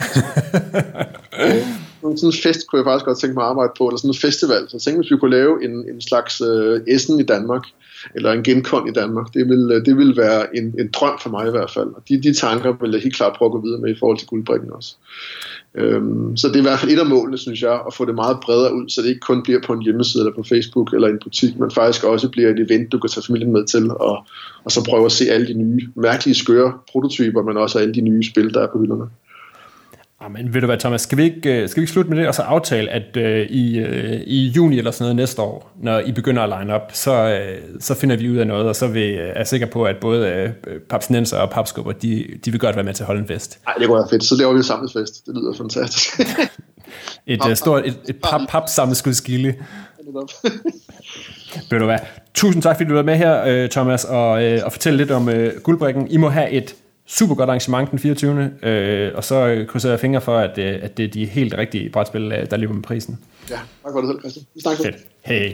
Sådan en fest kunne jeg faktisk godt tænke mig at arbejde på, eller sådan en festival. Så jeg tænkte, hvis vi kunne lave en slags Essen i Danmark, eller en Gen-Con i Danmark, det ville være en drøm for mig i hvert fald. Og de tanker vil jeg helt klart prøve at gå videre med i forhold til Guldbrikken også. Så det er i hvert fald et af målene, synes jeg, at få det meget bredere ud, så det ikke kun bliver på en hjemmeside eller på Facebook eller en butik, men faktisk også bliver et event, du kan tage familien med til, og så prøve at se alle de nye, mærkelige, skøre prototyper, men også alle de nye spil, der er på hylderne. Men ved du hvad, Thomas, skal vi ikke slutte med det, og så aftale, at i juni eller sådan noget næste år, når I begynder at line up, så finder vi ud af noget, og så er jeg sikker på, at både papsnenser og papskubber, de vil godt være med til at holde en fest. Nej, det går fedt. Så laver vi en samlet fest. Det lyder fantastisk. et pap-sammenskudskilde. Ved du hvad, tusind tak, fordi du var med her, Thomas, og fortælle lidt om Guldbrikken. I må have et super godt arrangement den 24. Og så krydser jeg fingre for, at det er de helt rigtige brætspil, der løber med prisen. Ja, tak for det selv, Christian. Vi snakker. Hej.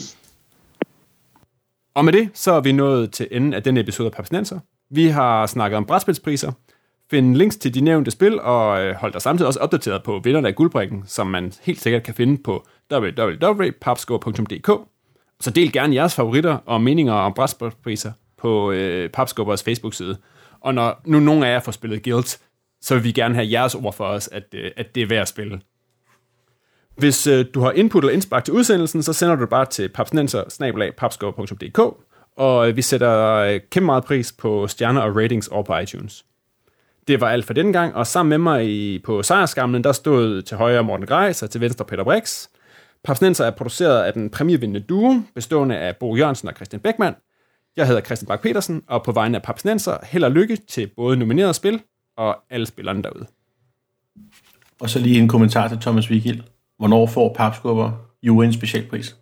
Og med det, så er vi nået til enden af denne episode af Papsnenser. Vi har snakket om brætspilspriser. Find links til de nævnte spil, og hold dig samtidig også opdateret på vinderne af Guldbrikken, som man helt sikkert kan finde på www.papskubber.dk. Så del gerne jeres favoritter og meninger om brætspilspriser på Papskubbers Facebook-side. Og når nu nogen af jer får spillet Guild, så vil vi gerne have jeres ord for os, at det er værd at spille. Hvis du har input eller indspark til udsendelsen, så sender du det bare til papsnenser@papskubber.dk, og vi sætter kæmpe meget pris på stjerner og ratings over på iTunes. Det var alt for denne gang, og sammen med mig på sejrskamlen, der stod til højre Morten Greis og til venstre Peter Brix. Papsnenser er produceret af den præmievindende duo, bestående af Bo Jørgensen og Christian Beckmann. Jeg hedder Christian Bak Petersen, og på vegne af Papsnenser, held og lykke til både nominerede spil og alle spillerne derude. Og så lige en kommentar til Thomas Vigil. Hvornår får Papskubber UN specialpris?